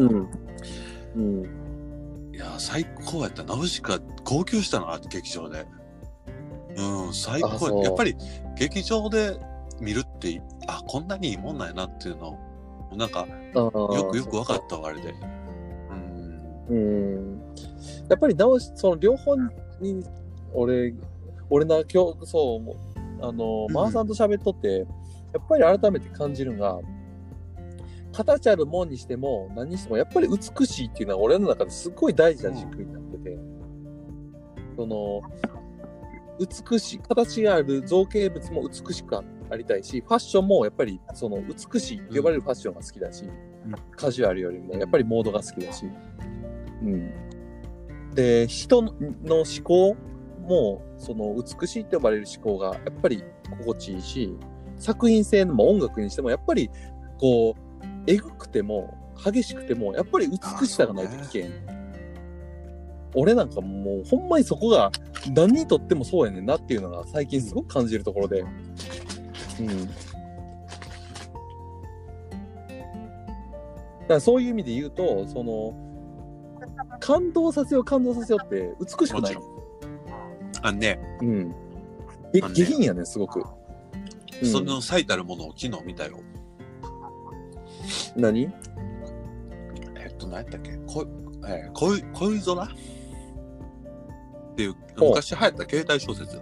いや最高やった。ナウシカ号泣したな劇場で。最高。やっぱり劇場で見るってこんなにいいもんなんやなっていうのなんかよく分かったわあれで。 やっぱりその両方に俺な今日そうマーさんと喋っとってやっぱり改めて感じるのが、形あるもんにしても何にしてもやっぱり美しいっていうのは俺の中ですごい大事な軸になってて、その美しい形がある造形物も美しくありたいし、ファッションもやっぱりその美しいって呼ばれるファッションが好きだし、カジュアルよりもやっぱりモードが好きだし、で人の思考もその美しいって呼ばれる思考がやっぱり心地いいし、作品性の音楽にしてもやっぱりこうえぐくても激しくてもやっぱり美しさがないと危険。俺なんかもうほんまにそこが何にとってもそうやねんなっていうのが最近すごく感じるところで、だからそういう意味で言うと、その感動させようって美しくない。 あのね、 うん。下品やね、すごく。 その最たるものを昨日見たよ。 何？ 何やったっけ？恋空っていう昔流行った携帯小説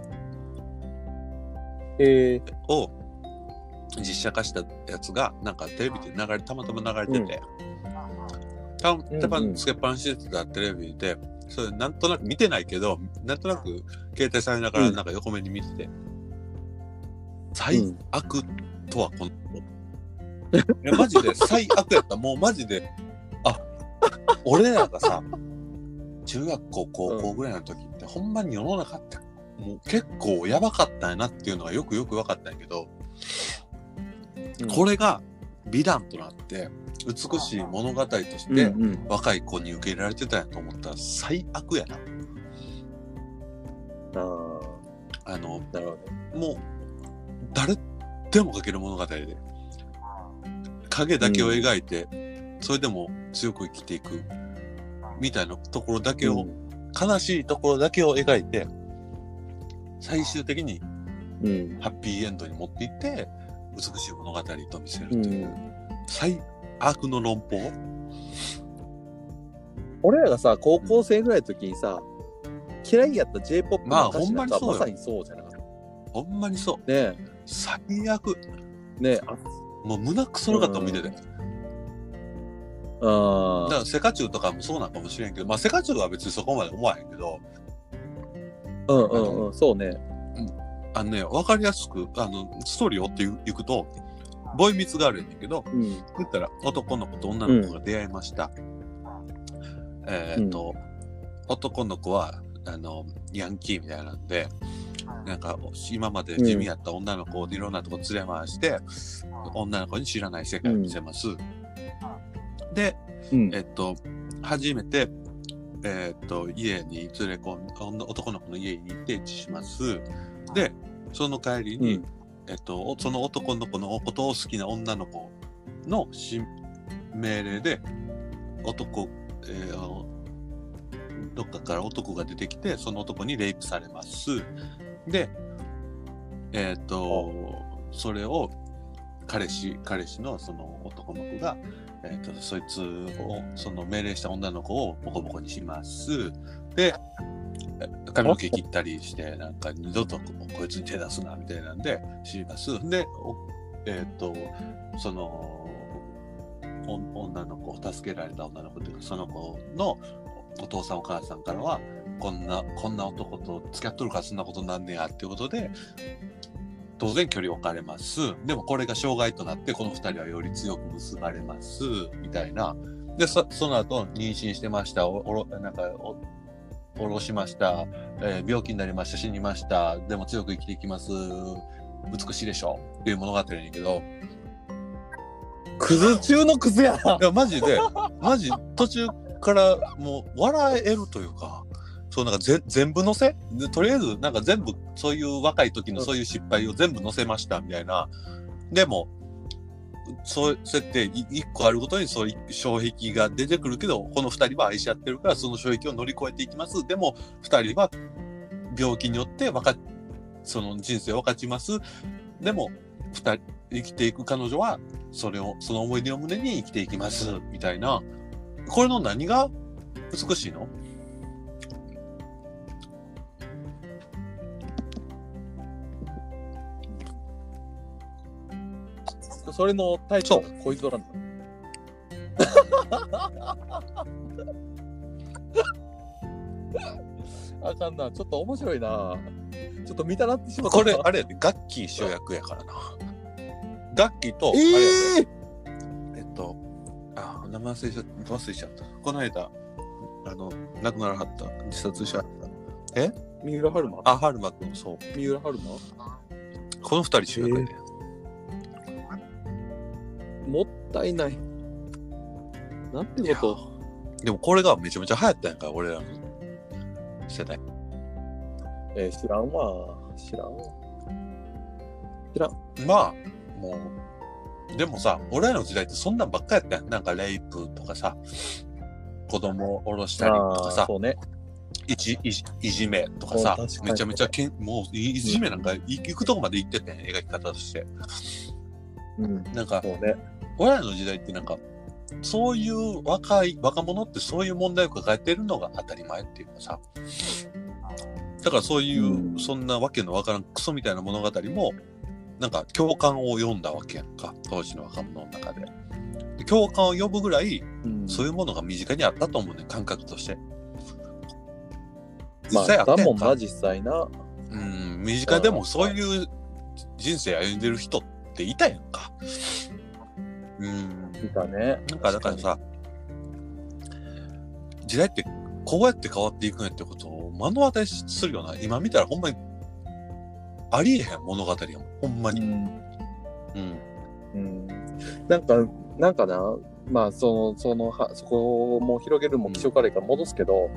を実写化したやつがなんかテレビでたまたま流れてて、たまにつけっぱなしでたテレビで、それなんとなく見てないけど、なんとなく携帯されながらなんか横目に見てて、最悪とはこのマジで最悪やった。もうマジで、俺らがさ、中学校高校ぐらいの時ってほんまに世の中ってもう結構やばかったんやなっていうのがよく分かったんやけど、これが美談となって美しい物語として若い子に受け入れられてたんやと思ったら最悪やな。 なるほど。 もう誰でも書ける物語で影だけを描いて、それでも強く生きていくみたいなところだけを、悲しいところだけを描いて最終的にハッピーエンドに持っていって美しい物語と見せるという、最悪の論法。 俺らがさ高校生ぐらいの時にさ、嫌いやった J-POP の歌詞なんかまさにそうじゃなかった？ ほんまにそう。 ねえ。 最悪。 ねえ。 もう胸くそろかった見てて。だからセカチュウとかもそうなんかもしれんけど、まあセカチュウは別にそこまで思わへんけど。 そうね。 わかりやすくストーリーを追っていくと、ボーイミツガールやねんけど、言ったら男の子と女の子が出会いました。男の子はヤンキーみたいなんで、なんか今まで地味やった女の子をいろんなとこ連れ回して、女の子に知らない世界を見せます。で、初めて家に連れ込ん男の子の家に行ってエッチします。で、その帰りに、その男の子のことを好きな女の子の命令でどっかから男が出てきて、その男にレイプされます。で、それを彼氏のその男の子が、そいつをその命令した女の子をボコボコにします。で、髪の毛切ったりしてなんか二度とこいつに手出すなみたいなんでします。で、その女の子を助けられた女の子というかその子のお父さんお母さんからはこんな男と付き合っとるからそんなことなんねやっていうことで当然距離を置かれます。でもこれが障害となってこの2人はより強く結ばれますみたいな。でその後妊娠してました、おろしました、病気になりました、死にました、でも強く生きていきます、美しいでしょっていう物語やねんけど、 クズ中のクズや。 いやマジ途中からもう笑えるというか、そうなんか全部載せで、とりあえずなんか全部そういう若い時のそういう失敗を全部載せましたみたいな。でもそうやって一個あるごとにそういう障壁が出てくるけど、この二人は愛し合ってるからその障壁を乗り越えていきます。でも二人は病気によってその人生を分かちます。でも生きていく彼女はその思い出を胸に生きていきますみたいな。これの何が美しいの？ それのタイトルが恋空なの。あかんな、ちょっと面白いな。ちょっと見たなってしまった。 これあれやで、ガッキー主役やからな。ガッキーと、あれやで、名前忘れちゃった。この間亡くならはった自殺しちゃった。 三浦春馬？ 春馬くん、そう。 三浦春馬？ この二人主役やで。 もったいない。なんてこと。 でもこれがめちゃめちゃ流行ったんやから、俺らの世代。 知らんわ。 まあ、もう、でもさ、俺らの時代ってそんなんばっかやったやん。なんかレイプとかさ、子供を下ろしたりとかさ、 そうね、 いじめとかさ、めちゃめちゃもういじめなんか行くとこまで行ってて、描き方として。なんか、俺らの時代ってなんか、そういう若者ってそういう問題を抱えてるのが当たり前っていうかさ、だからそういう、そんなわけのわからんクソみたいな物語も、なんか共感を読んだわけやんか、当時の若者の中で。共感を呼ぶぐらい、そういうものが身近にあったと思うね、感覚として。 実際あったやんか。だもんな、実際な。 身近でもそういう人生歩んでる人っていたやんか。 いたね。 なんかだからさ、時代ってこうやって変わっていくんやってことを目の当たりするような、今見たらほんまにありえへん物語やもん、ほんまに。 なんかな、まあそこをもう広げるも気象カレーから戻すけど、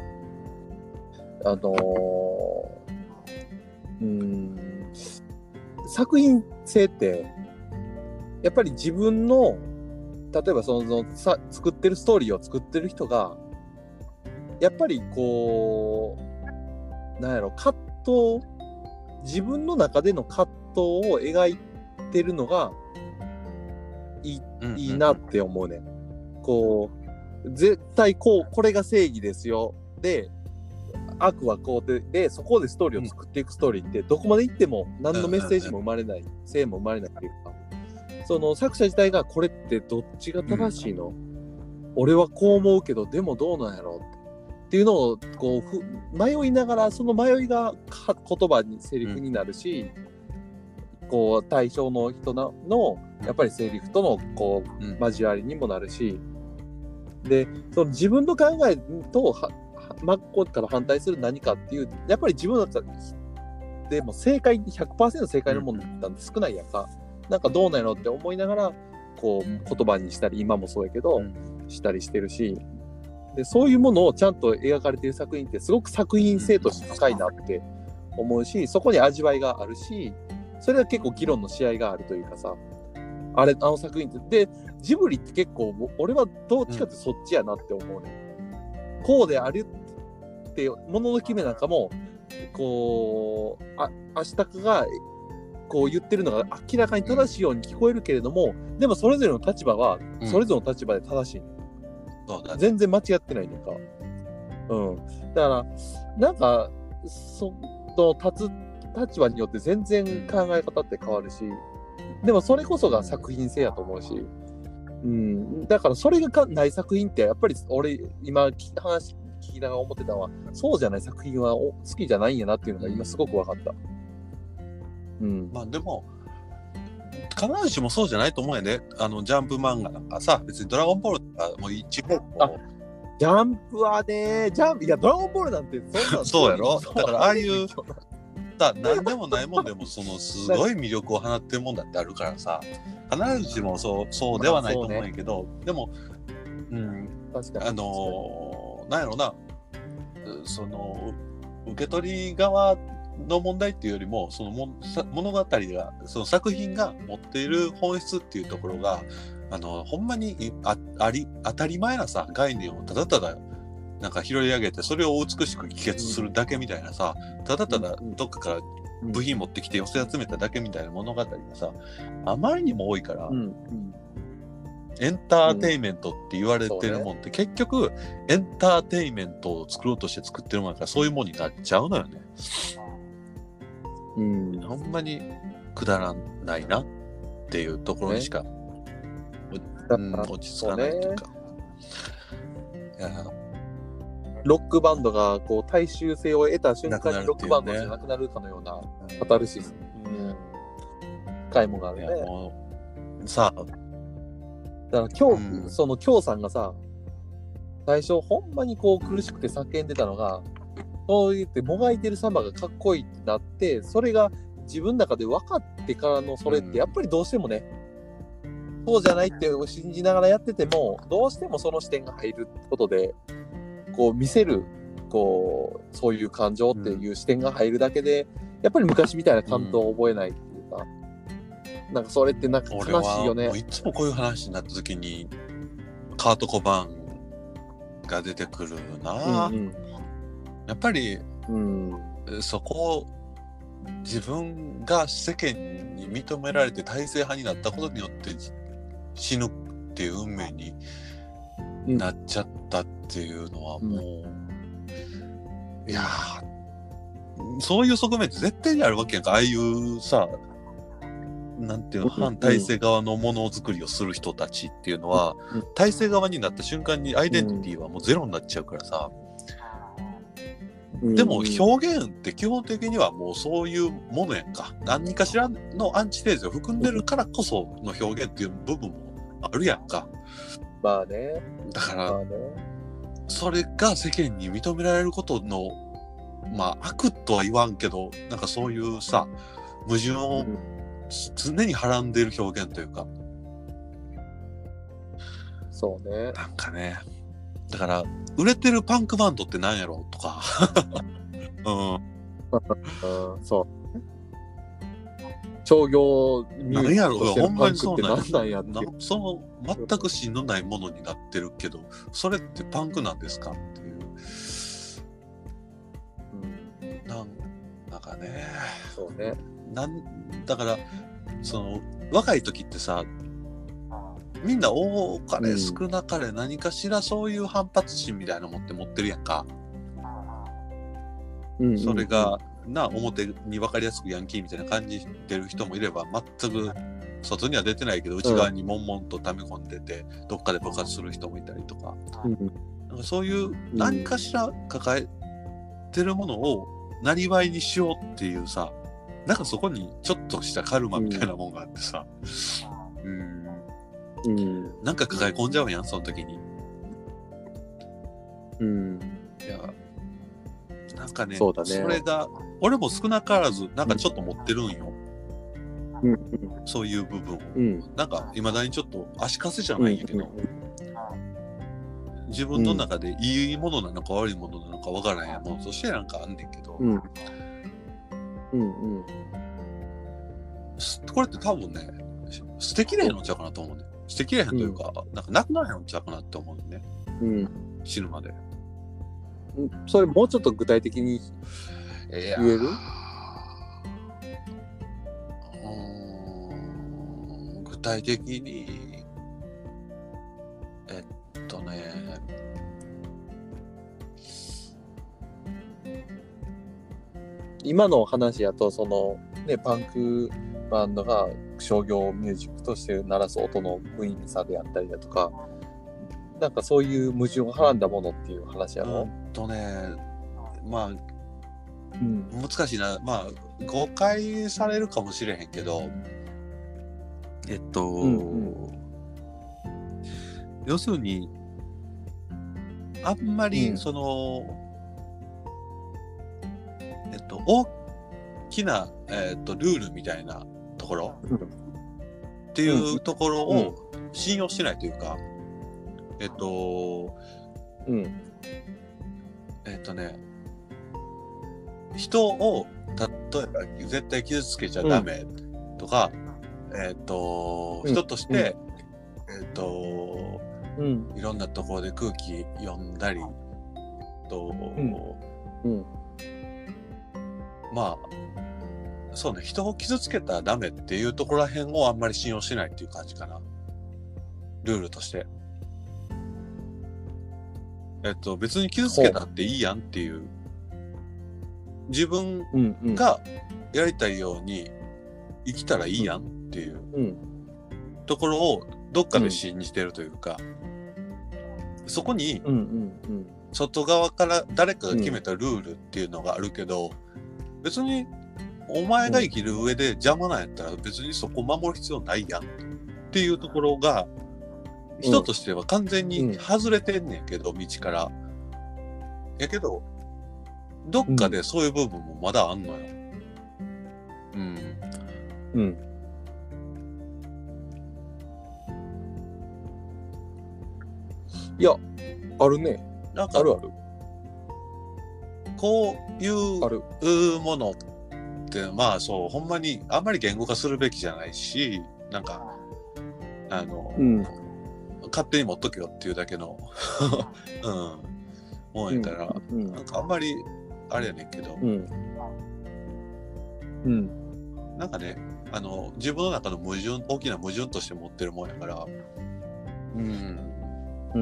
作品性ってやっぱり自分の例えば作ってるストーリーを作ってる人がやっぱりこうなんやろ、自分の中での葛藤を描いてるのがいいなって思うね。こう絶対これが正義ですよで、悪はこうでそこでストーリーを作っていくストーリーってどこまで行っても何のメッセージも生まれない、性も生まれないっていうか、その作者自体がこれってどっちが正しいの、俺はこう思うけどでもどうなんやろっていうのをこう迷いながら、その迷いが言葉にセリフになるし、こう対象の人のやっぱりセリフとのこう交わりにもなるし、でその自分の考えと真っ向から反対する何かっていう、やっぱり自分だったらでも正解 100% 正解のものなんて少ないやんか。なんかどうなんやろって思いながらこう言葉にしたり、今もそうやけど、したりしてるし、でそういうものをちゃんと描かれている作品ってすごく作品性として深いなって思うし、そこに味わいがあるし、それは結構議論のし合いがあるというかさ、あの作品ってでジブリって結構俺はどっちかってそっちやなって思うね。こうであるってものの決めなんかもこうアシタカがこう言ってるのが明らかに正しいように聞こえるけれども、でもそれぞれの立場はそれぞれの立場で正しい、全然間違ってないねんか。だからなんかその立場によって全然考え方って変わるし、でもそれこそが作品性やと思うし、だからそれがない作品ってやっぱり俺今話聞きながら思ってたのは、そうじゃない作品は好きじゃないんやなっていうのが今すごく分かった。 まあでも必ずしもそうじゃないと思うんやで。ジャンプ漫画なんかさ、別にドラゴンボールとかもう一部ジャンプはね、いやドラゴンボールなんてそんなそうやろ。だからああいうさ、何でもないもんでもそのすごい魅力を放ってるもんだってあるからさ、必ずしもそうではないと思うんやけど、でも確かになんやろな、その受け取り側の問題っていうよりも、その物語が、その作品が持っている本質っていうところが、ほんまに当たり前なさ概念をただただなんか拾い上げて、それを美しく帰結するだけみたいなさ、ただただどっかから部品持ってきて寄せ集めただけみたいな物語がさ、あまりにも多いから、エンターテインメントって言われてるもんって、結局エンターテインメントを作ろうとして作ってるもんだから、そういうもんになっちゃうのよね。ほんまにくだらないなっていうところにしか、落ち着かないというか、 ロックバンドがこう大衆性を得た瞬間にロックバンドじゃなくなるかのようなカタルシス、回もがあるね。 さあだから今日、その京さんがさ、最初ほんまにこう苦しくて叫んでたのが、そう言ってもがいてる様がかっこいいってなって、それが自分の中で分かってからのそれってやっぱりどうしてもね、そうじゃないって信じながらやってても、どうしてもその視点が入ることでこう見せるこうそういう感情っていう視点が入るだけで、やっぱり昔みたいな感動を覚えないっていうか、なんかそれってなんか悲しいよね。 俺はいつもこういう話になった時にカート・コバーンが出てくるな、 やっぱり、 うん。 そこを自分が世間に認められて体制派になったことによって死ぬっていう運命になっちゃったっていうのはもう、いやー、そういう側面って絶対にあるわけやんか。ああいうさ、なんていうの、反体制側のものづくりをする人たちっていうのは、体制側になった瞬間にアイデンティティはもうゼロになっちゃうからさ。でも表現って基本的にはもうそういうものやんか。何かしらのアンチテーゼを含んでるからこその表現っていう部分もあるやんか。 まあね。 だから、それが世間に認められることの、まあ悪とは言わんけど、なんかそういうさ、矛盾を常にはらんでる表現というか。 そうね。 なんかね。だから、売れてるパンクバンドって何やろとか。 そう。商業ミュージックとしてのパンクって何なんやって。 その全く芯のないものになってるけど、それってパンクなんですかっていう。なんかね。 そうね。 だから、その、若い時ってさ、みんな多かれ少なかれ何かしらそういう反発心みたいなの持ってるやんか。それが表に分かりやすくヤンキーみたいな感じてる人もいれば、全く外には出てないけど内側に悶々と溜め込んでて、どっかで爆発する人もいたりとか、なんかそういう何かしら抱えてるものをなりわいにしようっていうさ、なんかそこにちょっとしたカルマみたいなもんがあってさ、なんか抱え込んじゃうやん、その時に。いや、なんかね、そうだね、それが、俺も少なからず、なんかちょっと持ってるんよ。そういう部分を。なんか、未だにちょっと足かせじゃないんやけど、自分の中でいいものなのか悪いものなのかわからないものとしてなんかあんねんけど、これって多分ね、捨てきれへんのちゃうかなと思うね。捨てきれへんというか、なんかなくならへんのちゃうかなって思うね。死ぬまで。 それもうちょっと具体的に言える？ 具体的に今の話やとそのねパンクバンドが商業ミュージックとして鳴らす音の無意味さであったりだとか、なんかそういう矛盾をはらんだものっていう話やろ。 まあ、難しいな。まあ誤解されるかもしれへんけど、要するにあんまりその、大きな、ルールみたいなところ、っていうところを信用してないというか、人を例えば絶対傷つけちゃダメとか、人として、いろんなところで空気読んだりまあそうね、人を傷つけたらダメっていうところら辺をあんまり信用しないっていう感じかな、ルールとして。別に傷つけたっていいやんっていう、自分がやりたいように生きたらいいやんっていうところをどっかで信じてるというか、そこに外側から誰かが決めたルールっていうのがあるけど、別にお前が生きる上で邪魔なんやったら別にそこ守る必要ないやんっていうところが人としては完全に外れてんねんけど、道からやけどどっかでそういう部分もまだあんのよ。 いや、あるね。 なんかあるある。 こういうものってまあそうほんまにあんまり言語化するべきじゃないし、なんか勝手に持っとけよっていうだけのもんやから、 うん、 なんかあんまりあれやねんけど、 うんうん、 なんかね、自分の中の矛盾、大きな矛盾として持ってるもんやから、うん、 うん。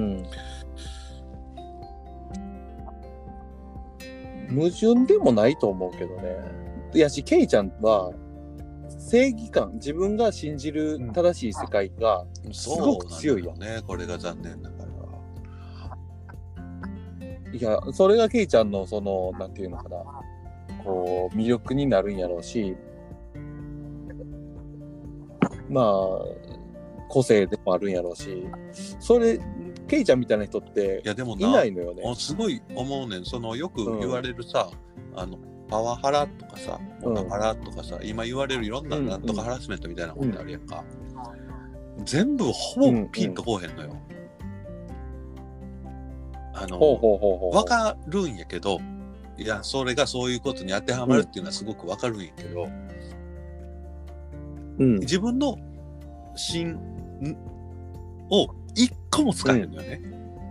矛盾でもないと思うけどね。いやし、ケイちゃんは正義感、自分が信じる正しい世界がすごく強いよね。これが残念だから。 いや、それがケイちゃんのそのなんていうのかな、こう魅力になるんやろうし、まあ個性でもあるんやろうし、それケイちゃんみたいな人っていないのよね。 すごい思うねん。そのよく言われるさ、パワハラとかさ、モラハラとかさ、今言われるいろんななんとかハラスメントみたいなもんってあるやんか。全部ほぼピンとこうへんのよ。わかるんやけど、いや、それがそういうことに当てはまるっていうのはすごくわかるんやけど、自分の芯を一個も使えへんのよね。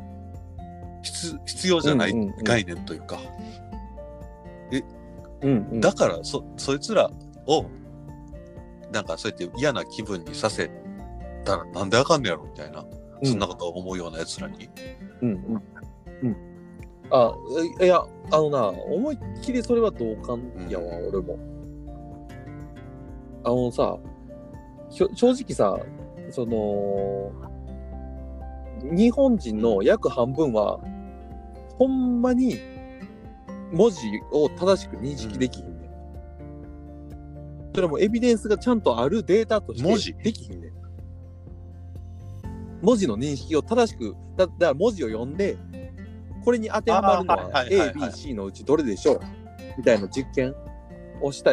必要じゃない概念というか。だからそいつらをなんかそうやって嫌な気分にさせたらなんであかんねやろみたいな、そんなことを思うようなやつらに。 あ、いや、思いっきりそれは同感やわ、俺も。さ、正直さ、その、日本人の約半分は、ほんまに文字を正しく認識できひんねん。それもエビデンスがちゃんとあるデータとしてできひんねん。文字の認識を正しく、だから文字を読んで、これに当てはまるのは A、B、C のうちどれでしょうみたいな実験をして、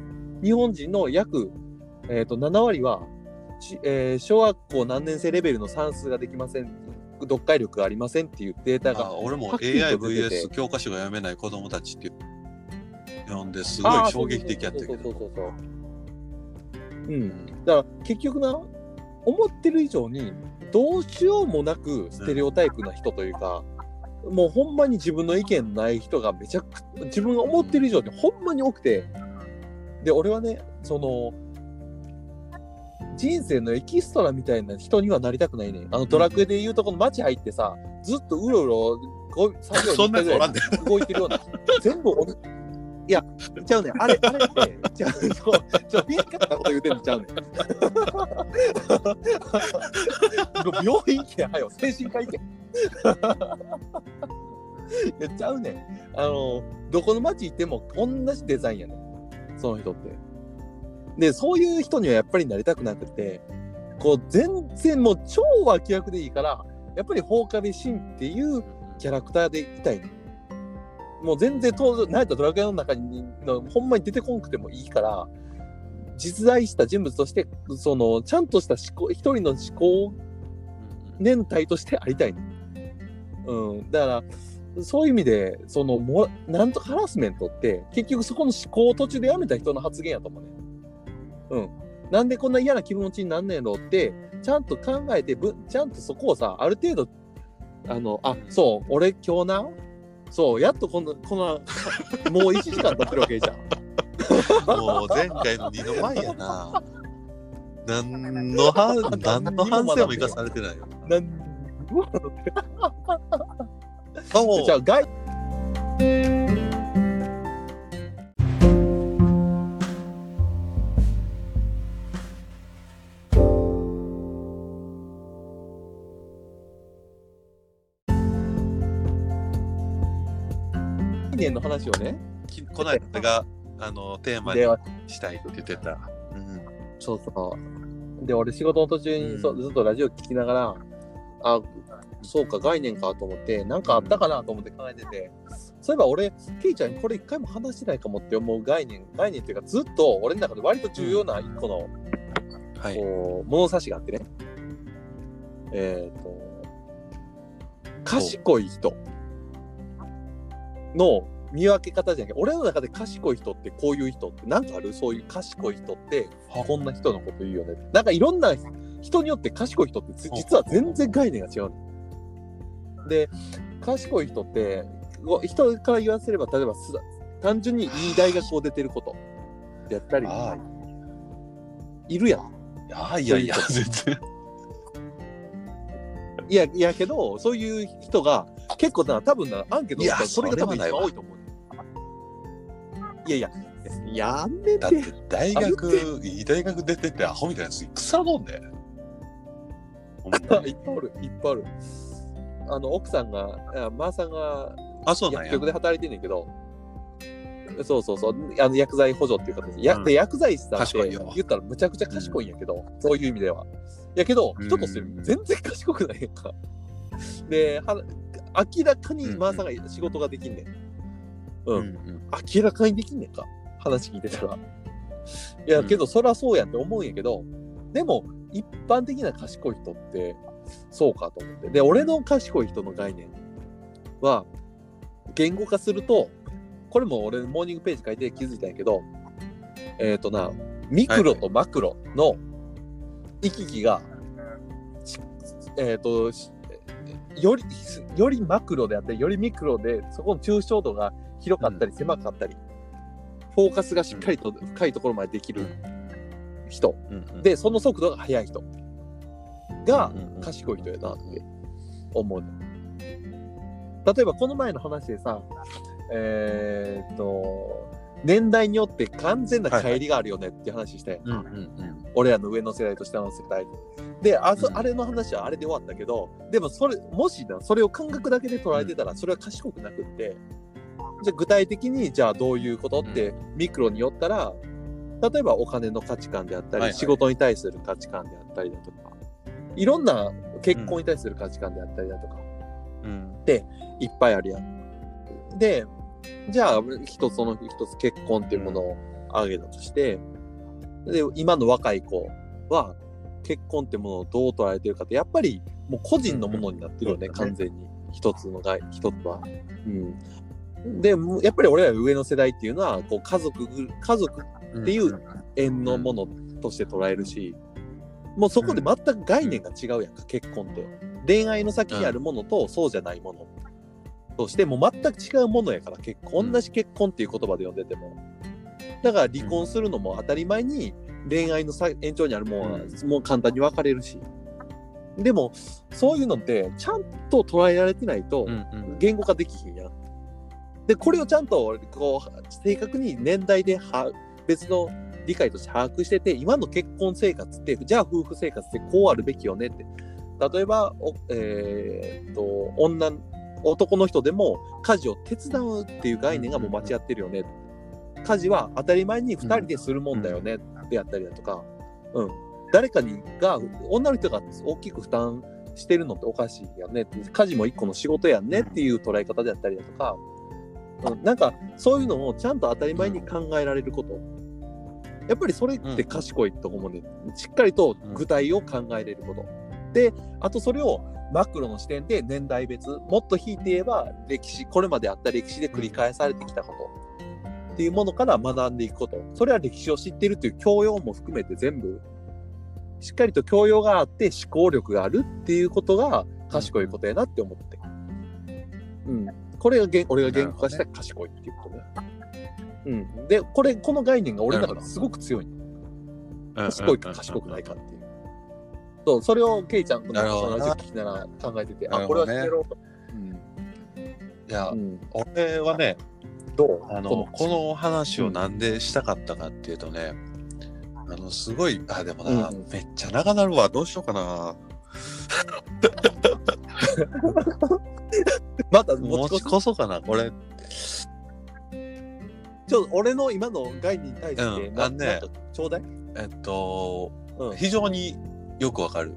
日本人の約、7割は、小学校何年生レベルの算数ができません、読解力がありませんっていうデータが俺も AI vs 教科書が読めない子供たちって読んですごい衝撃的やったけど。 だから結局な、思ってる以上にどうしようもなくステレオタイプな人というか、もうほんまに自分の意見ない人がめちゃくちゃ自分が思ってる以上にほんまに多くて、で俺はね、その人生のエキストラみたいな人にはなりたくないね。ドラクエでいうとこの街入ってさ、ずっとうろうろ3秒に1回ぐらい動いてるような全部いやちゃうねん、あれってちゃう見え方なこと言うてんのちゃうねん病院行けはよ、精神科行けいやちゃうねん、どこの街行っても同じデザインやねん、その人って。でそういう人にはやっぱりなりたくなくて、こう全然もう超脇役でいいからやっぱり狼シンっていうキャラクターでいたいね。もう全然登場ないとドラクエの中にのほんまに出てこなくてもいいから、実在した人物としてそのちゃんとした思考、一人の思考年体としてありたいね。だからそういう意味でそのなんとかハラスメントって結局そこの思考を途中でやめた人の発言やと思うね。なんでこんな嫌な気持ちになんねんのってちゃんと考えて、ちゃんとそこをさ、ある程度そう俺今日な、そうやっとこのもう1時間経ってるわけじゃんもう前回の2の前やな何の反省も生かされてないよじゃあ年の話をね、 この間がテーマにしたいって言ってた。 そうそう。で俺仕事の途中にずっとラジオ聞きながら、そうか概念かと思って、なんかあったかなと思って考えてて、そういえば俺ケイちゃんにこれ一回も話してないかもって思う概念っていうか、ずっと俺の中で割と重要な一個の、物差しがあってね、賢い人の見分け方じゃなくて、俺の中で賢い人ってこういう人ってなんかある？そういう賢い人ってこんな人のこと言うよね。なんかいろんな人によって賢い人って実は全然概念が違う。で、 賢い人って人から言わせれば、例えば単純にいい大学を出てることでやったりいるやん。 いや全然いやけど、そういう人が結構多分アンケートでそれが多分一番多いと思う。いややめて。 だっていい大学出ててアホみたいなやつ腐るんで。 いっぱいある。奥さんが、まーさんが薬局で働いてんねんけど、そう薬剤補助っていう形で、薬剤師さんって言ったらむちゃくちゃ賢いんやけど、そういう意味では。やけど、人として全然賢くないやんか。で、明らかにまーさんが仕事ができんねん。明らかにできんねんか。話聞いてたら。いや、けど、そりゃそうやって思うんやけど、でも、一般的な賢い人って、そうかと思って。で、俺の賢い人の概念は、言語化すると、これも俺モーニングページ書いて気づいたんやけど、ミクロとマクロの行き来が、よりマクロであったり、よりミクロで、そこの抽象度が広かったり狭かったり、フォーカスがしっかりと深いところまでできる人、で、その速度が速い人が賢い人やなって思う。例えばこの前の話でさ、年代によって完全な乖離があるよねっていう話したよ。俺らの上の世代と下の世代で、あれの話はあれで終わったけど、でももしそれを感覚だけで捉えてたら、それは賢くなくって、じゃあ具体的にじゃあどういうことってミクロによったら、例えばお金の価値観であったり、仕事に対する価値観であったりだとか、いろんな結婚に対する価値観であったりだとか、でいっぱいあるやん。で、じゃあ一つ結婚っていうものを挙げたとして、で今の若い子は結婚ってものをどう捉えてるかって、やっぱりもう個人のものになってるよね、完全に一つは。でやっぱり俺ら上の世代っていうのはこう家族っていう縁のものとして捉えるし、もうそこで全く概念が違うやんか、結婚って。恋愛の先にあるものとそうじゃないものとしてもう全く違うものやから、同じ結婚っていう言葉で呼んでても。だから離婚するのも当たり前に恋愛の延長にあるものはもう簡単に別れるし。でもそういうのってちゃんと捉えられてないと言語化できひんやん。で、これをちゃんとこう正確に年代で別の理解として把握してて、今の結婚生活って、じゃあ夫婦生活ってこうあるべきよねって。例えば、男の人でも家事を手伝うっていう概念がもう間違ってるよね。家事は当たり前に2人でするもんだよねってやったりだとか、誰か女の人が大きく負担してるのっておかしいやねって、家事も一個の仕事やんねっていう捉え方であったりだとか、なんかそういうのをちゃんと当たり前に考えられること、やっぱりそれって賢いと思うんで、しっかりと具体を考えれることで、あとそれをマクロの視点で年代別、もっと引いて言えばこれまであった歴史で繰り返されてきたことっていうものから学んでいくこと、それは歴史を知っているという教養も含めて全部しっかりと教養があって思考力があるっていうことが賢いことやなって思って、これが俺が言語化した賢いっていうことね。で、この概念が俺の中ですごく強い。賢いか賢くないかっていう。そう、それをケイちゃんとラジオ聞きながら考えてて、これは知ってろと。 いや、俺はね、この話をなんでしたかったかっていうとね、すごい、でもな、めっちゃ長なるわ、どうしようかな。 また持ちこそかな、これ。 俺の今の概念に対してちょうだい。 非常によくわかる。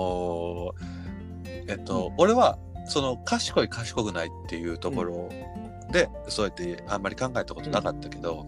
俺はその賢い賢くないっていうところで、そうやってあんまり考えたことなかったけど、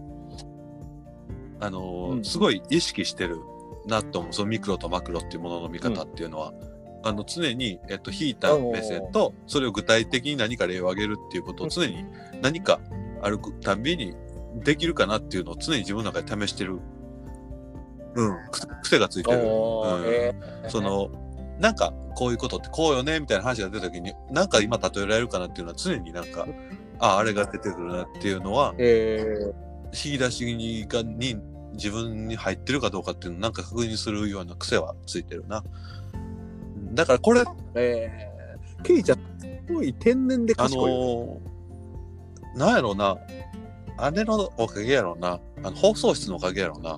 すごい意識してるなと思う。そのミクロとマクロっていうものの見方っていうのは、常に引いた目線と、それを具体的に何か例を挙げるっていうことを常に何か歩くたびにできるかなっていうのを常に自分の中で試してる、癖がついてる。 なんかこういうことってこうよねみたいな話が出た時になんか今例えられるかなっていうのは常になんかあれが出てくるなっていうのは、引き出しに自分に入ってるかどうかっていうのをなんか確認するような癖はついてるな。だからこれケイちゃんすごい天然で賢いよね。 なんやろうな、姉のおかげやろうな、放送室のおかげやろうな。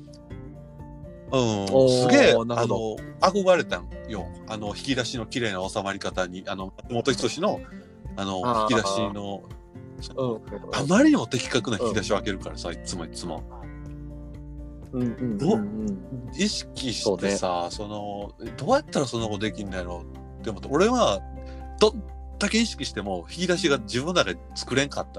すげえ憧れたんよ。引き出しの綺麗な収まり方に、松本人志の引き出しの、あまりにも的確な引き出しを開けるからさ、いつも。意識してさ、どうやったらそんなことできんだろうって思って、俺はどんだけ意識しても引き出しが自分の中で作れんかった。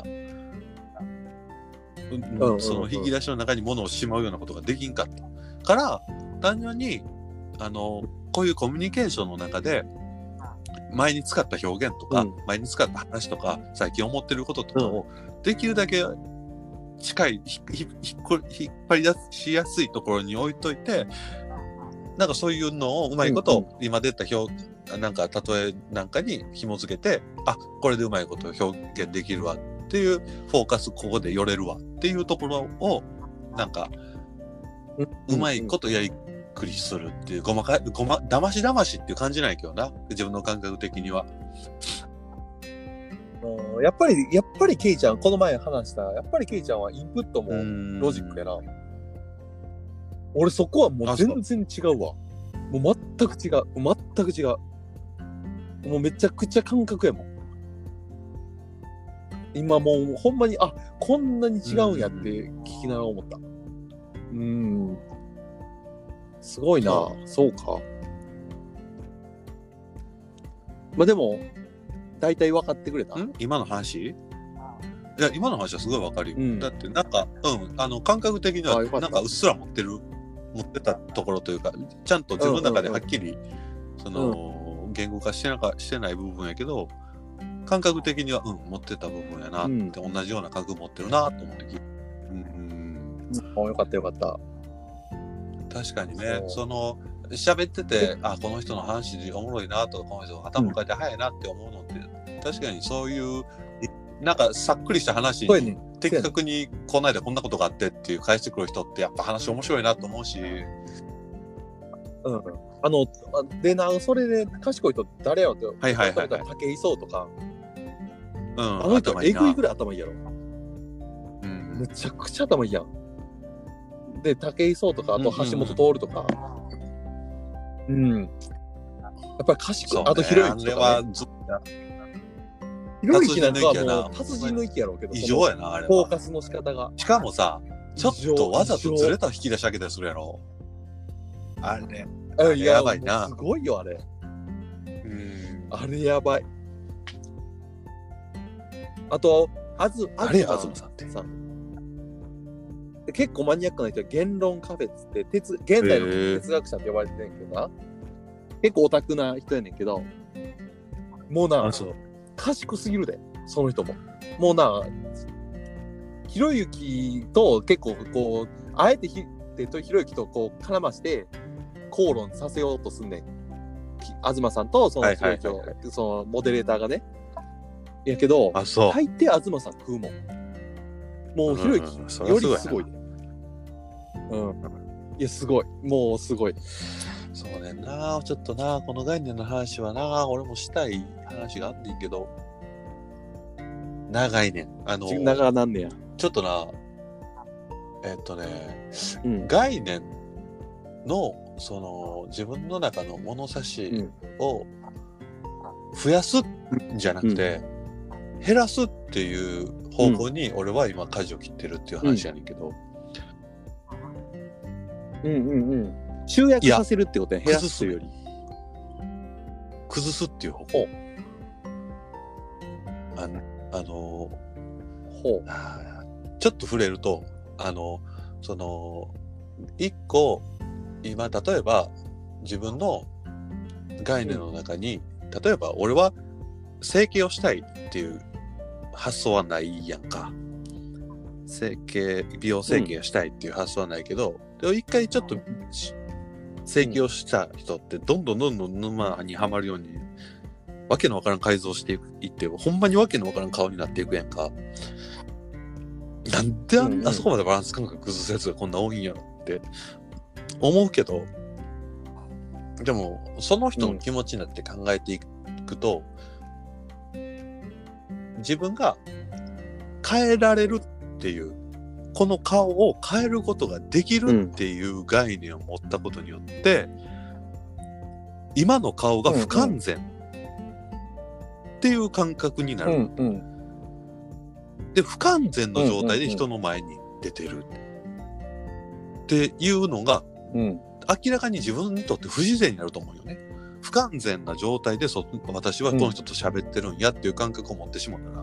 その引き出しの中に物をしまうようなことができんかったから、単純にこういうコミュニケーションの中で前に使った表現とか、前に使った話とか、最近思ってることとかをできるだけ近い引っ張り出しやすいところに置いといて、なんかそういうのをうまいこと、今出たなんか例えなんかに紐付けて、これでうまいこと表現できるわっていうフォーカスここで寄れるわっていうところをなんかうまいことやりくりするっていうだましっていう感じないけどな、自分の感覚的には。 やっぱりケイちゃん、この前話したやっぱりケイちゃんはインプットもロジックやな。俺そこはもう全然違うわ。もう全く違う。もうめちゃくちゃ感覚やもん。今もうほんまにこんなに違うんやって聞きながら思った。すごいな。そうか。まあでも大体分かってくれた？ 今の話？いや、今の話はすごい分かるよ。だってなんか感覚的にはなんかうっすら持ってたところというか、ちゃんと自分の中ではっきり言語化してない部分やけど、感覚的には持ってた部分やなって、同じような感覚持ってるなと思ってよかった。 確かにね、喋っててこの人の話おもろいなとか、この人頭かいて早いなって思うのって確かにそういうなんかさっくりした話に的確にこの間こんなことがあってっていう返してくる人ってやっぱ話面白いなと思うし、 でそれで賢い人誰やろって、武井壮とか、あの人えぐいぐらい頭いいやろ。めちゃくちゃ頭いいやん。で武井壮とか、あと橋本徹とか、やっぱり賢い。あとひろゆきとかね。ひろゆきなんかはもう達人の域やろうけど、 異常やな、あれは。 フォーカスの仕方が。 しかもさ、ちょっとわざとずれた引き出し開けたりするやろ。あれやばいな。 すごいよ、あれ。あれやばい。あと、 東さんってさ、 結構マニアックな人は言論カフェっつって現代の哲学者って呼ばれてるんやけどな、結構オタクな人やねんけど、もうな賢すぎるで、その人も。もうな、ひろゆきと結構こうあえてひろゆきとこう絡まして口論させようとすんねん、東さんとそのひろゆきを、そのモデレーターがね。やけど大抵東さん食うもん。もうひろゆきよりすごい。いや、すごい。もうすごい。 そうねんな。ちょっとな、この概念の話はな、俺もしたい話があんねんけど、長いねん。 長なんねや。 ちょっとな、概念の、自分の中の物差しを増やすんじゃなくて、減らすっていう方向に俺は今舵を切ってるっていう話やねんけど、 集約させるってことや、減らすというより崩すっていう方向。ちょっと触れると、一個今例えば自分の概念の中に、例えば俺は整形をしたいっていう発想はないやんか。美容整形をしたいっていう発想はないけど、でも一回ちょっと整形をした人ってどんどん沼にはまるようにわけのわからん改造していってほんまにわけのわからん顔になっていくやんか。なんであそこまでバランス感覚崩すやつがこんな多いんやろって思うけど、でもその人の気持ちになって考えていくと、自分が変えられるっていうこの顔を変えることができるっていう概念を持ったことによって、今の顔が不完全っていう感覚になる、で不完全の状態で人の前に出てるっていうのが、明らかに自分にとって不自然になると思うよね。不完全な状態で私はこの人と喋ってるんやっていう感覚を持ってしまったら、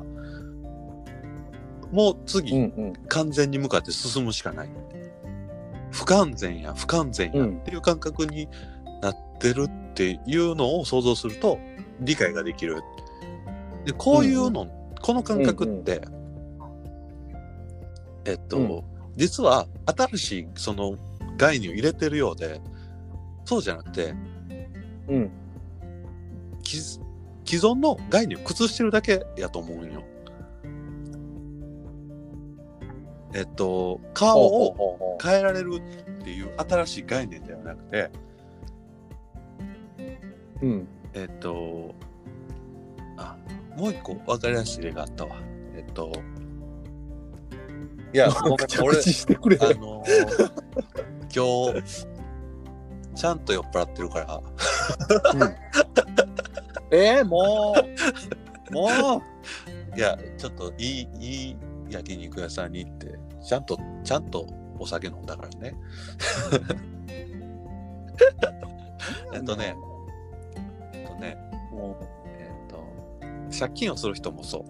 もう次、完全に向かって進むしかない。不完全やっていう感覚になってるっていうのを想像すると理解ができる。でこういうの、この感覚って、実は新しいその概念を入れてるようで、そうじゃなくて、既存の概念を崩してるだけやと思うんよ。顔を変えられるっていう新しい概念ではなくて、もう一個分かりやすい例があったわ。いや、ごめん、俺、今日、ちゃんと酔っ払ってるから。 もういや、ちょっといい焼肉屋さんに行って、ちゃんとお酒飲んだからね。借金をする人もそう。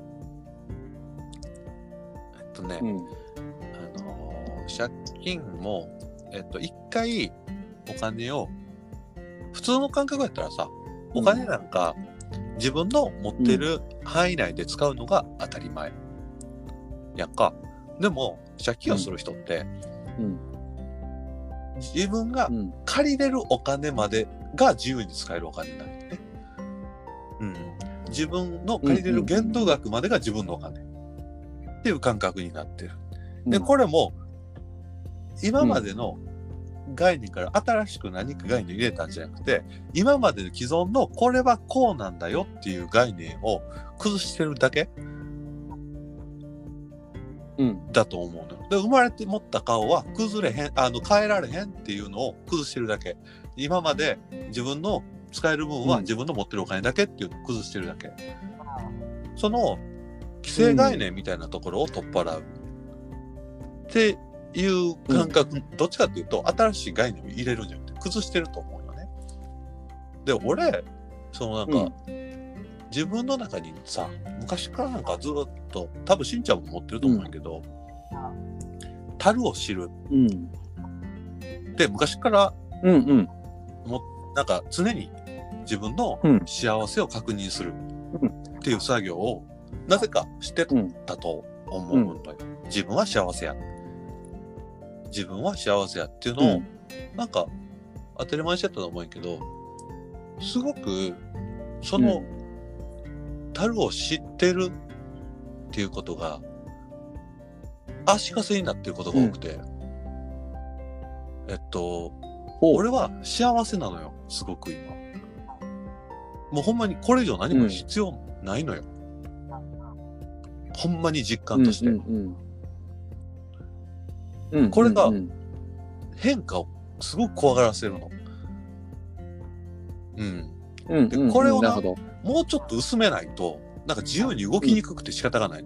借金も、一回お金を、普通の感覚やったらさ、お金なんか自分の持ってる範囲内で使うのが当たり前。やんか。でも、借金をする人って、自分が借りれるお金までが自由に使えるお金になるよね。自分の借りれる限度額までが自分のお金っていう感覚になってる。で、これも今までの概念から新しく何か概念を入れたんじゃなくて、今までの既存のこれはこうなんだよっていう概念を崩してるだけ、だと思うの。で、生まれて持った顔は崩れへん、変えられへんっていうのを崩してるだけ。今まで自分の使える分は自分の持ってるお金だけっていうのを崩してるだけ。その既成概念みたいなところを取っ払うっていう感覚、どっちかっていうと新しい概念を入れるんじゃなくて崩してると思うよね。で、俺自分の中にさ、昔からなんかずっと多分しんちゃんも持ってると思うんだけど、樽を知る、で昔からなんか常に自分の幸せを確認するっていう作業をなぜかしてたと思うのよ。自分は幸せやっていうのをなんか当たり前にしてたと思うんやけど、すごくその樽を知ってるっていうことが足かせになってることが多くて、俺は幸せなのよ、すごく今。もうほんまにこれ以上何も必要ないのよ。ほんまに実感として。これが変化をすごく怖がらせるの。でこれをもうちょっと薄めないと、なんか自由に動きにくくて仕方がない。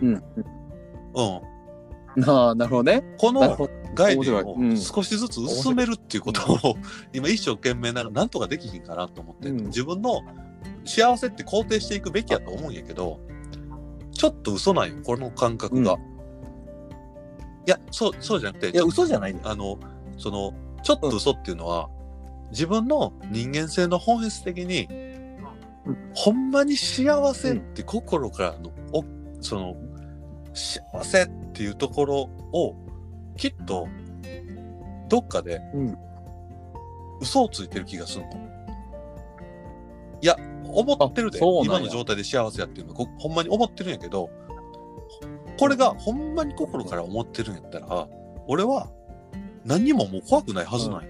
なるほどね。 この概念を少しずつ薄めるっていうことを今一生懸命なんとかできひんかなと思って、自分の幸せって肯定していくべきやと思うんやけど、ちょっと嘘なんよ、この感覚が。いや、そうじゃなくて、 いや、嘘じゃないね。 ちょっと嘘っていうのは、自分の人間性の本質的に、ほんまに幸せって心からの、幸せっていうところをきっとどっかで嘘をついてる気がするの。いや、思ってるで、今の状態で幸せやっていうのはほんまに思ってるんやけど、これがほんまに心から思ってるんやったら、俺は何にももう怖くないはずなんよ。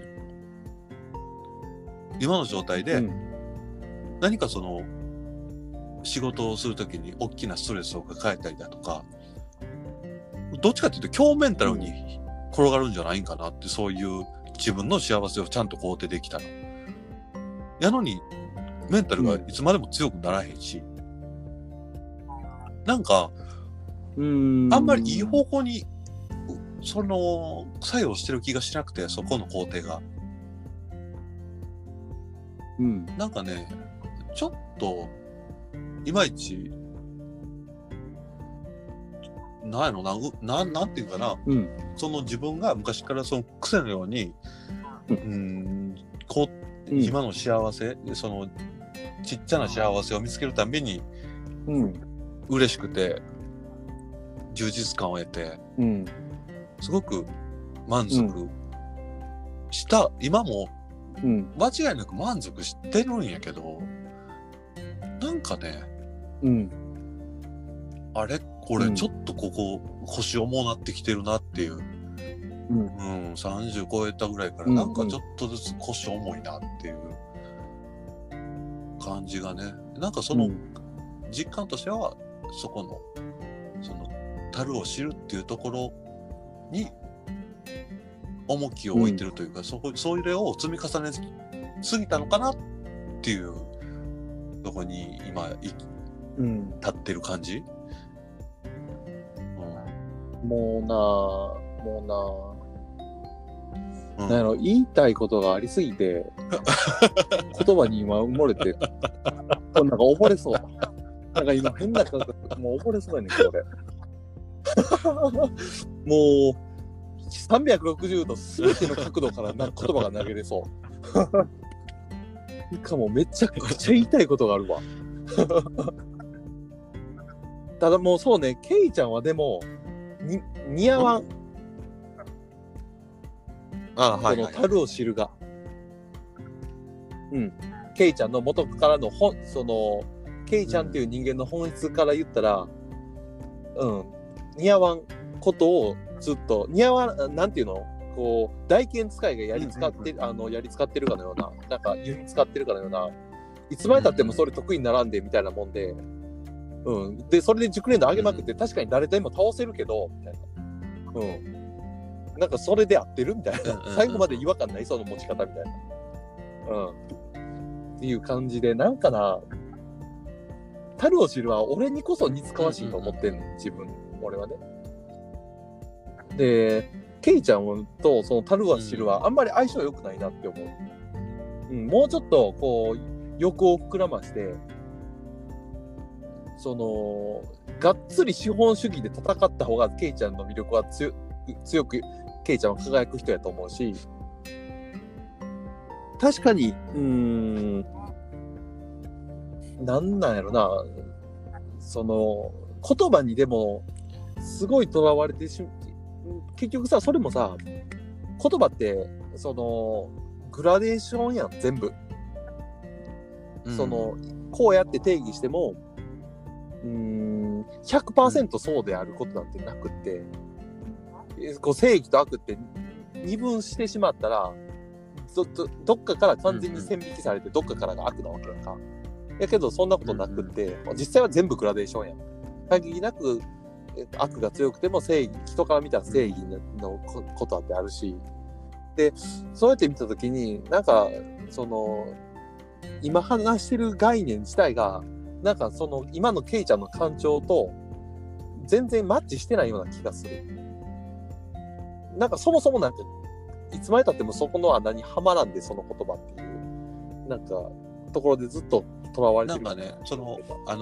今の状態で、何かその仕事をするときに大きなストレスを抱えたりだとか、どっちかっていうと強メンタルに転がるんじゃないんかなって、そういう自分の幸せをちゃんと肯定できたら。やのにメンタルがいつまでも強くならへんし、なんかあんまりいい方向にその作用してる気がしなくて、そこの肯定が、なんかね、ちょっといまいちなんていうかな、その自分が昔からその癖のように、今の幸せ、そのちっちゃな幸せを見つけるたびに、嬉しくて充実感を得て、すごく満足した、今も間違いなく満足してるんやけど、なんかね、あれこれちょっとここ腰重なってきてるなっていう、30超えたぐらいからなんかちょっとずつ腰重いなっていう感じがね、なんかその実感としてはそこのその樽を知るっていうところに重きを置いてるというか、それを積み重ねすぎたのかなっていうところに今立ってる感じ。 もうな、なんやろ、言いたいことがありすぎて言葉に今埋もれてなんか溺れそう。なんか今変な感覚、もう溺れそうやねんけど俺もう360度全ての角度から言葉が投げれそうなんかもうめちゃくちゃ言いたいことがあるわただもうそうね、ケイちゃんはでも似合わん、この樽を知るが、ケイちゃんの元からのそのケイちゃんっていう人間の本質から言ったら、似合わんことをずっとなんていうの、こう大剣使いがやり使ってるかのような、なんか弓使ってるかのような、いつまでたってもそれ得意にならんでみたいなもんで、でそれで熟練度上げまくって、確かに誰でも倒せるけどみたいな、なんかそれで合ってるみたいな、最後まで違和感ないその持ち方みたいな、っていう感じで、なんかな、樽を知るは俺にこそ似つかわしいと思ってんの、俺はね。で、ケイちゃんとその樽を知るはあんまり相性良くないなって思う。もうちょっとこう欲を膨らまして、そのがっつり資本主義で戦った方がケイちゃんの魅力は強くケイちゃんは輝く人やと思うし、確かになんやろな、その言葉にでもすごいとらわれて結局さ、それもさ、言葉ってそのグラデーションやん全部、そのこうやって定義しても100% そうであることなんてなくって、こう正義と悪って二分してしまったらどっかから完全に線引きされて、どっかからが悪なわけやんか。やけどそんなことなくって、実際は全部グラデーションやん。限りなく悪が強くても正義、人から見たら正義のことだってあるし、でそうやって見たときに、なんかその今話してる概念自体がなんかその今のケイちゃんの感情と全然マッチしてないような気がする。なんかそもそもなんかいつまでたってもそこの穴にはまらんで、その言葉っていうなんかところでずっととらわれてる。 なんかね、その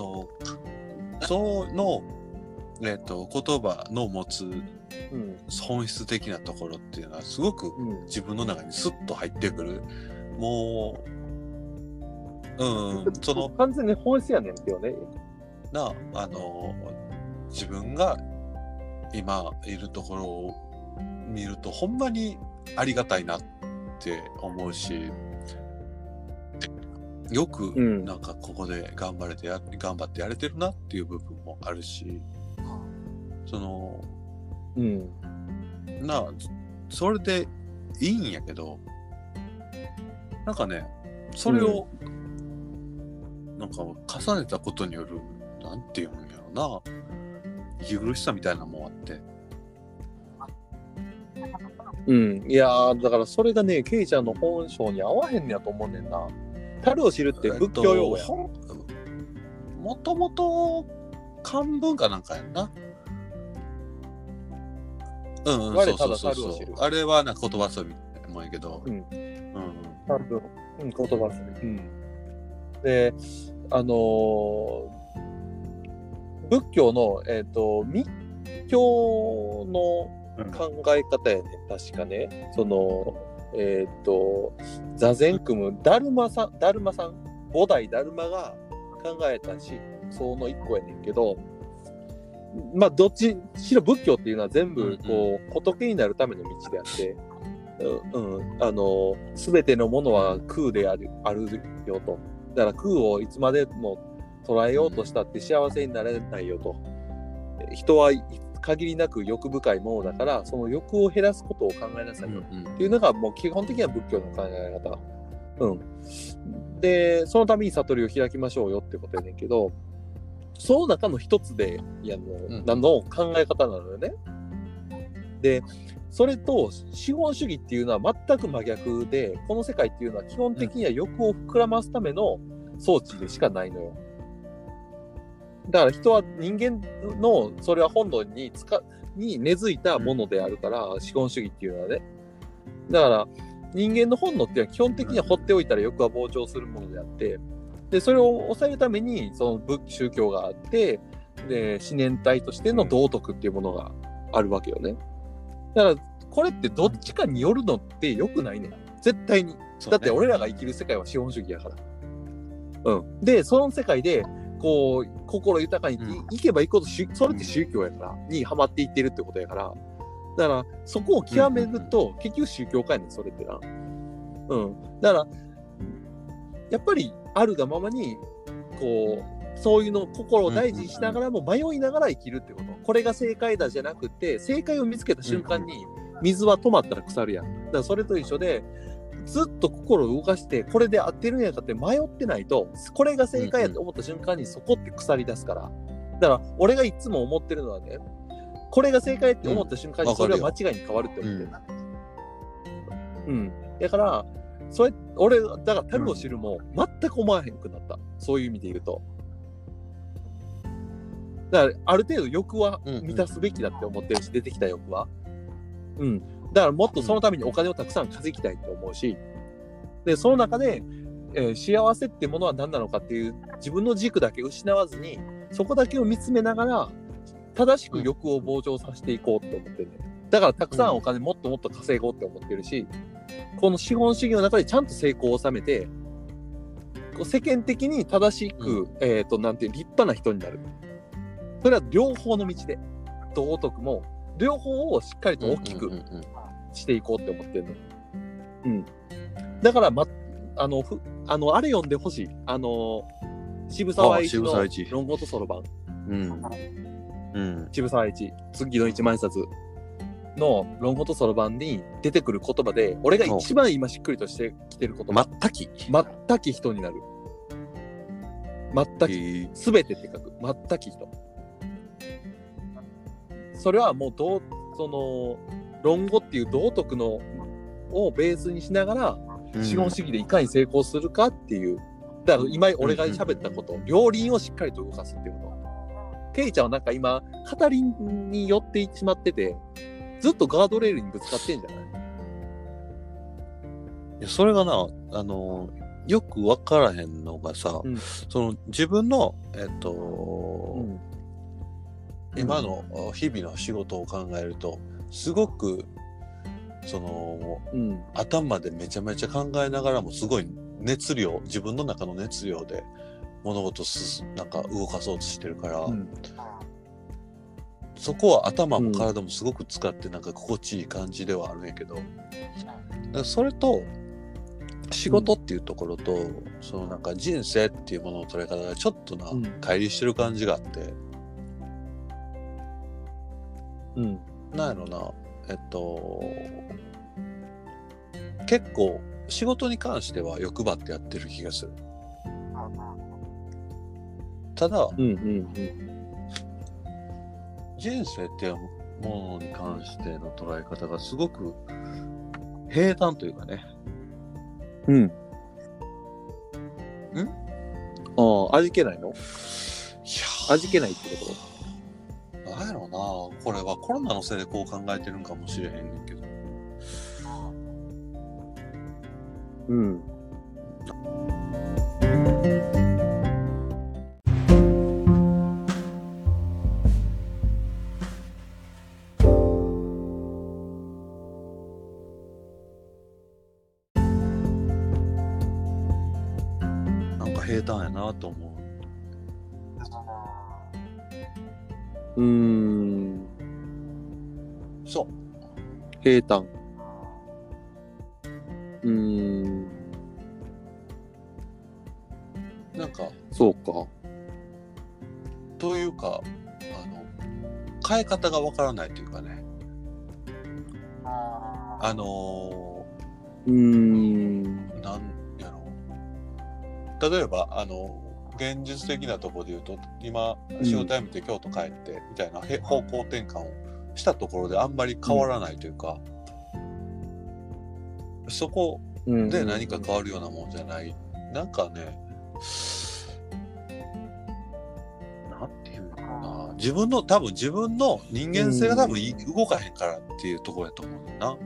言葉の持つ本質的なところっていうのはすごく自分の中にスッと入ってくる。もうその完全に本質やねんけどね。 自分が今いるところを見るとほんまにありがたいなっって思うし、よくなんかここで頑張ってやれてるなっていう部分もあるし、そのそれでいいんやけど、なんかねそれをなんか重ねたことによるなんていうんやろな、息苦しさみたいなのもあって、 いやーだからそれがねケイちゃんの本性に合わへんねやと思うねんな。樽を知るって仏教用語や。 もともと漢文かなんかやんな。そうそうそうそう。あれはなんか言葉遊びもんやけど。 漢文、言葉遊び。で、仏教の密教の考え方やね、確かね。その座禅組むダルマさん、五代ダルマが考えたし、その一個やねんけど、まあどっちしろ仏教っていうのは全部こう仏になるための道であって、全てのものは空であるよと。だから空をいつまでも捉えようとしたって幸せになれないよと。人は限りなく欲深いものだから、その欲を減らすことを考えなさいよっていうのがもう基本的には仏教の考え方。で、そのために悟りを開きましょうよってことやねんけど、その中の一つでの考え方なのよね。で、それと資本主義っていうのは全く真逆で、この世界っていうのは基本的には欲を膨らますための装置でしかないのよ。だから人は人間のそれは本能に根付いたものであるから、資本主義っていうのはね。だから人間の本能っていうのは基本的には放っておいたら欲は膨張するものであって、でそれを抑えるためにその宗教があって、で思念体としての道徳っていうものがあるわけよね。だからこれってどっちかによるのって良くないね。絶対に。だって俺らが生きる世界は資本主義やから。でその世界でこう心豊かにいけばいくほどそれって宗教やからにハマっていってるってことやから、だからそこを極めると結局宗教家やねん、それってな。だからやっぱりあるがままにこうそういうの心を大事にしながらも迷いながら生きるってこと。これが正解だじゃなくて、正解を見つけた瞬間に水は止まったら腐るやん。だからそれと一緒で、ずっと心を動かしてこれで合ってるんやかって迷ってないと、これが正解やって思った瞬間にそこって腐り出すから。だから俺がいつも思ってるのはね、これが正解って思った瞬間にそれは間違いに変わるって思ってる。だからそれ俺だから樽を知るも全く思わへんくなった。そういう意味で言うと。だからある程度欲は満たすべきだって思ってるし、出てきた欲は。だからもっとそのためにお金をたくさん稼ぎたいと思うし、でその中で、幸せってものは何なのかっていう自分の軸だけ失わずに、そこだけを見つめながら正しく欲を膨張させていこうって思ってるね。だからたくさんお金もっともっと稼ごうって思ってるし、この資本主義の中でちゃんと成功を収めて、こう世間的に正しく、なんていう立派な人になる。それは両方の道で、道徳も両方をしっかりと大きくしていこうって思ってるの。だからあれ読んでほしい。渋沢栄一の論語とそろばん。渋沢栄一、次の一万円札の論語とそろばんに出てくる言葉で、俺が一番今しっくりとしてきてる言葉。全き人になる。全き、すべてって書く。全き人。それはもうその論語っていう道徳のをベースにしながら、資本主義でいかに成功するかっていう。だから今俺が喋ったこと、両輪をしっかりと動かすっていうこと。ケイちゃんはなんか今語りに寄っていってしまってて、ずっとガードレールにぶつかってんじゃない？ いやそれがな、よく分からへんのがさ、その自分の今の日々の仕事を考えると、すごくその、頭でめちゃめちゃ考えながらもすごい熱量、自分の中の熱量で物事なんか動かそうとしてるから、 そこは頭も体もすごく使ってなんか心地いい感じではあるんやけど、それと仕事っていうところと、そのなんか人生っていうものの捉え方がちょっとな、乖離してる感じがあって、なんやろな、結構仕事に関しては欲張ってやってる気がする。ただ、人生っていうものに関しての捉え方がすごく平坦というかね。 味気ないの？いや、味気ないってこと？ なんやろうな、これはコロナのせいでこう考えてるんかもしれへんねんけど。なんか平坦やなと思う。そう。 平坦。 なんかそうか。 というか変え方がわからないというかね。なんやろう。例えば現実的なところで言うと、今仕事辞めて京都帰ってみたいな方向転換をしたところであんまり変わらないというか、そこで何か変わるようなもんじゃない。なんかね、なんていうのかな、自分の人間性が多分動かへんからっていうところやと思うねんな。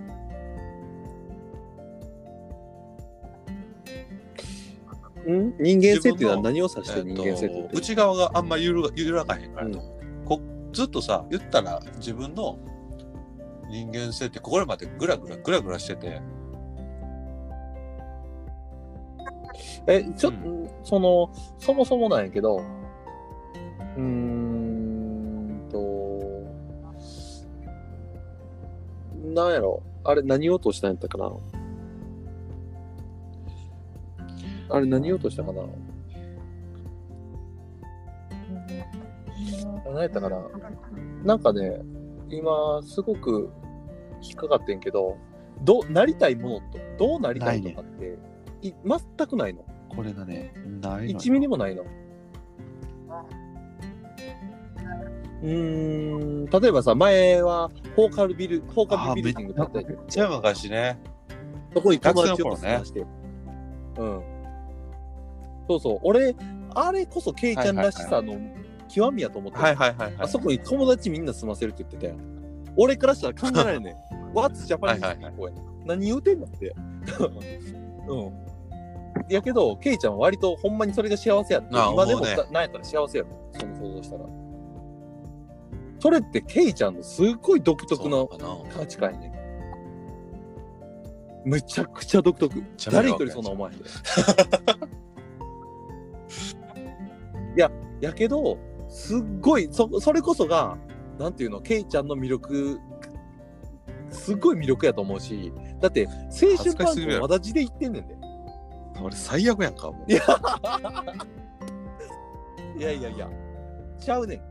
人間性っていうのは何を指して人間性って、 内側があんまり揺らかへんからと思う、ずっとさ、言ったら自分の人間性ってここまでグラグラしてて、 そもそもなんやけど、なんやろ、あれ何を落としたんやったかな。何やったかな。なんかね、今すごく引っかかってんけど、なりたいものとどうなりたいとかって、全くないの。 これがね、ないの。 1ミリもないの。例えばさ、前はフォーカルビルディングだったり、 めっちゃ昔ね。 そこに友達を探して、そうそう、俺あれこそケイちゃんらしさの極みやと思って、あそこに友達みんな住ませるって言ってたやん。俺からしたら考えられねえ。What's Japanese people？何言うてんのって。やけど、ケイちゃんは割とほんまにそれが幸せやって、今でもなんやったら幸せやろ、その想像したら。それってケイちゃんのすっごい独特の価値観やね。めちゃくちゃ独特。誰一人そんな思わへんで。やけど、すっごい、それこそが、なんていうの、ケイちゃんの魅力、すっごい魅力やと思うし、だって、青春パンクまだ字で言ってんねんで。 俺最悪やんか、もう。 いや、ちゃうねん。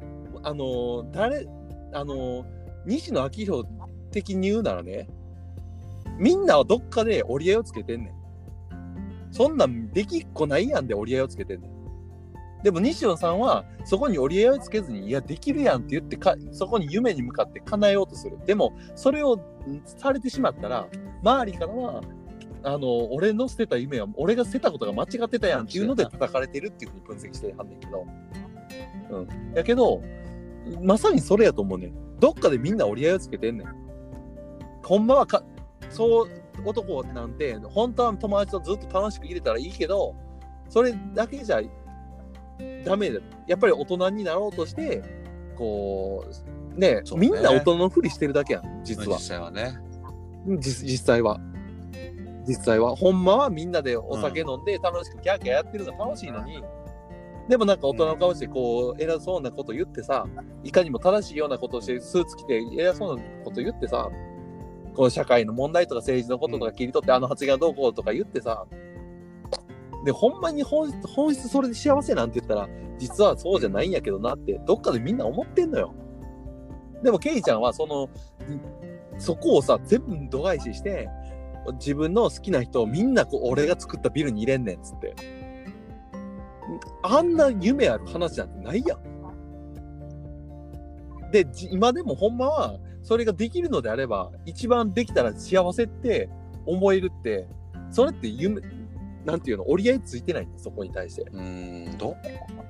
西野昭弘的に言うならね、みんなはどっかで折り合いをつけてんねん。そんなんできっこないやんで折り合いをつけてんねん。でも西野さんはそこに折り合いをつけずに、いやできるやんって言ってそこに夢に向かって叶えようとする。でもそれをされてしまったら、周りからは俺の捨てた夢は俺が捨てたことが間違ってたやんっていうので叩かれてるっていうふうに分析してはんねんけど、やけどまさにそれやと思うねん。どっかでみんな折り合いをつけてんねん。ほんまはそう男なんて本当は友達とずっと楽しく入れたらいいけど、それだけじゃダメだ。やっぱり大人になろうとしてこうね、みんな大人のふりしてるだけやん、実は。 実際はね。 実際はほんまはみんなでお酒飲んで楽しくキャーキャーやってるのが楽しいのに、 でもなんか大人の顔してこう偉そうなこと言ってさ、いかにも正しいようなことをしてスーツ着て偉そうなこと言ってさ、この社会の問題とか政治のこととか切り取って、あの発言がどうこうとか言ってさ、でほんまに本質それで幸せなんて言ったら実はそうじゃないんやけどなってどっかでみんな思ってんのよ。でもケイちゃんはそこをさ全部度外視して自分の好きな人をみんなこう俺が作ったビルに入れんねんっつって、あんな夢ある話なんてないやん。で今でもほんまはそれができるのであれば一番できたら幸せって思えるって、それって夢なんていうの折り合いついてないんだそこに対して。 どう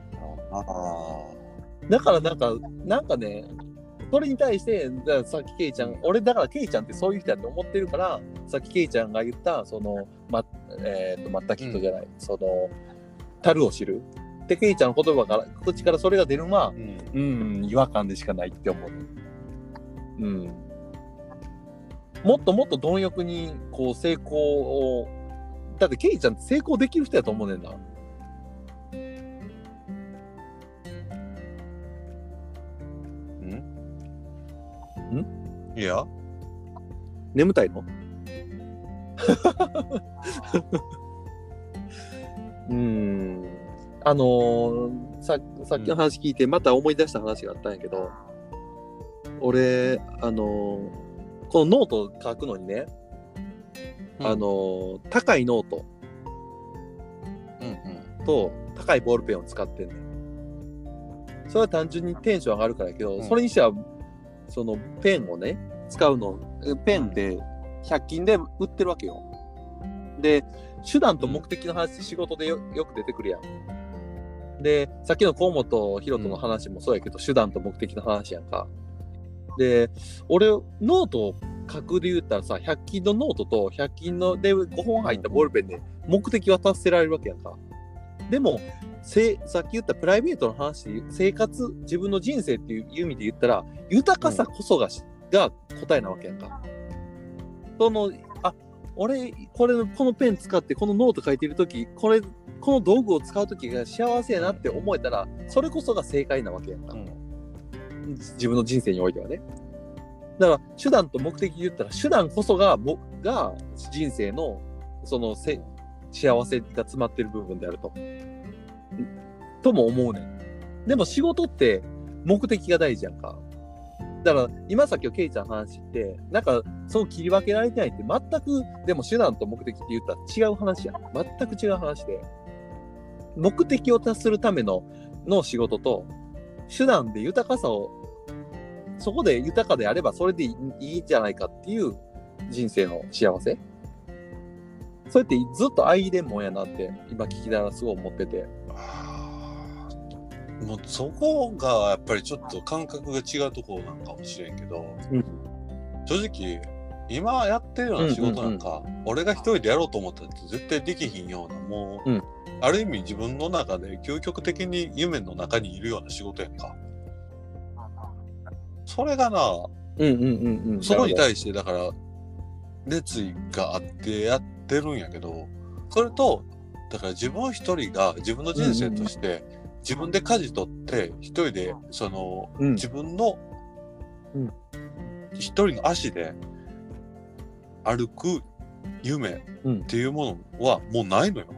だからなんかね、それに対してだからさっきケイちゃん、俺だからケイちゃんってそういう人やって思ってるから、さっきケイちゃんが言ったそのまったきっとじゃない、その樽を知るでケイちゃんの言葉から口からそれが出るのは違和感でしかないって思う。もっともっと貪欲にこう成功を、だってケイちゃんって成功できる人やと思うねんな。 いや眠たいのさっきの話聞いてまた思い出した話があったんやけど、俺このノートを書くのにね、高いノート、と高いボールペンを使ってんねん。それは単純にテンション上がるからやけど、それにしてはそのペンをね使うの、ペンって100均で売ってるわけよ。で手段と目的の話、仕事でよく出てくるやん。でさっきの河本大翔の話もそうやけど、手段と目的の話やんか。で俺ノートを書くで言ったらさ、100均のノートと100均ので5本入ったボールペンで目的は達せられるわけやんか。でもさっき言ったプライベートの話で生活、自分の人生っていう意味で言ったら豊かさこそが答えなわけやんか。俺このペン使ってこのノート書いてるとき、この道具を使うときが幸せやなって思えたら、それこそが正解なわけやんか。自分の人生においてはね。だから手段と目的で言ったら手段こそが人生のその幸せが詰まってる部分であるとも思うねん。でも仕事って目的が大事やんか。だから今さっきのケイちゃんの話ってなんかそう切り分けられてないって、全くでも手段と目的って言ったら違う話やん。全く違う話で、目的を達するための仕事と手段で豊かさを、そこで豊かであればそれでいいじゃないかっていう人生の幸せ、それってずっと相入れんもんやなって今聞きながらすごい思ってて、 もうそこがやっぱりちょっと感覚が違うところなんかもしれんけど、正直今やってるような仕事なんか、俺が一人でやろうと思ったら絶対できひんような、もう、ある意味自分の中で究極的に夢の中にいるような仕事やんか。それがな、そこに対してだから熱意があってやってるんやけど、それとだから自分一人が自分の人生として自分で舵取って一人でその、自分の一人の足で歩く夢っていうものはもうないのよ。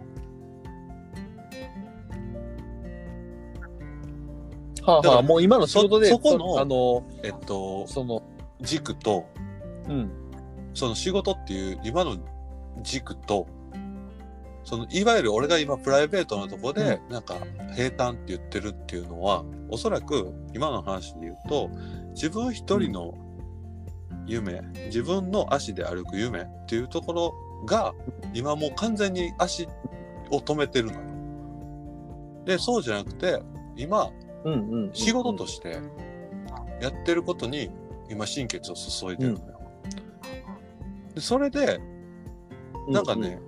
もう今の仕事でそこのその軸と、その仕事っていう今の軸と、そのいわゆる俺が今プライベートなとこでなんか平坦って言ってるっていうのは、おそらく今の話で言うと自分一人の夢、自分の足で歩く夢っていうところが今もう完全に足を止めてるのよ。でそうじゃなくて今仕事としてやってることに今心血を注いでるのよ。でそれでなんかね、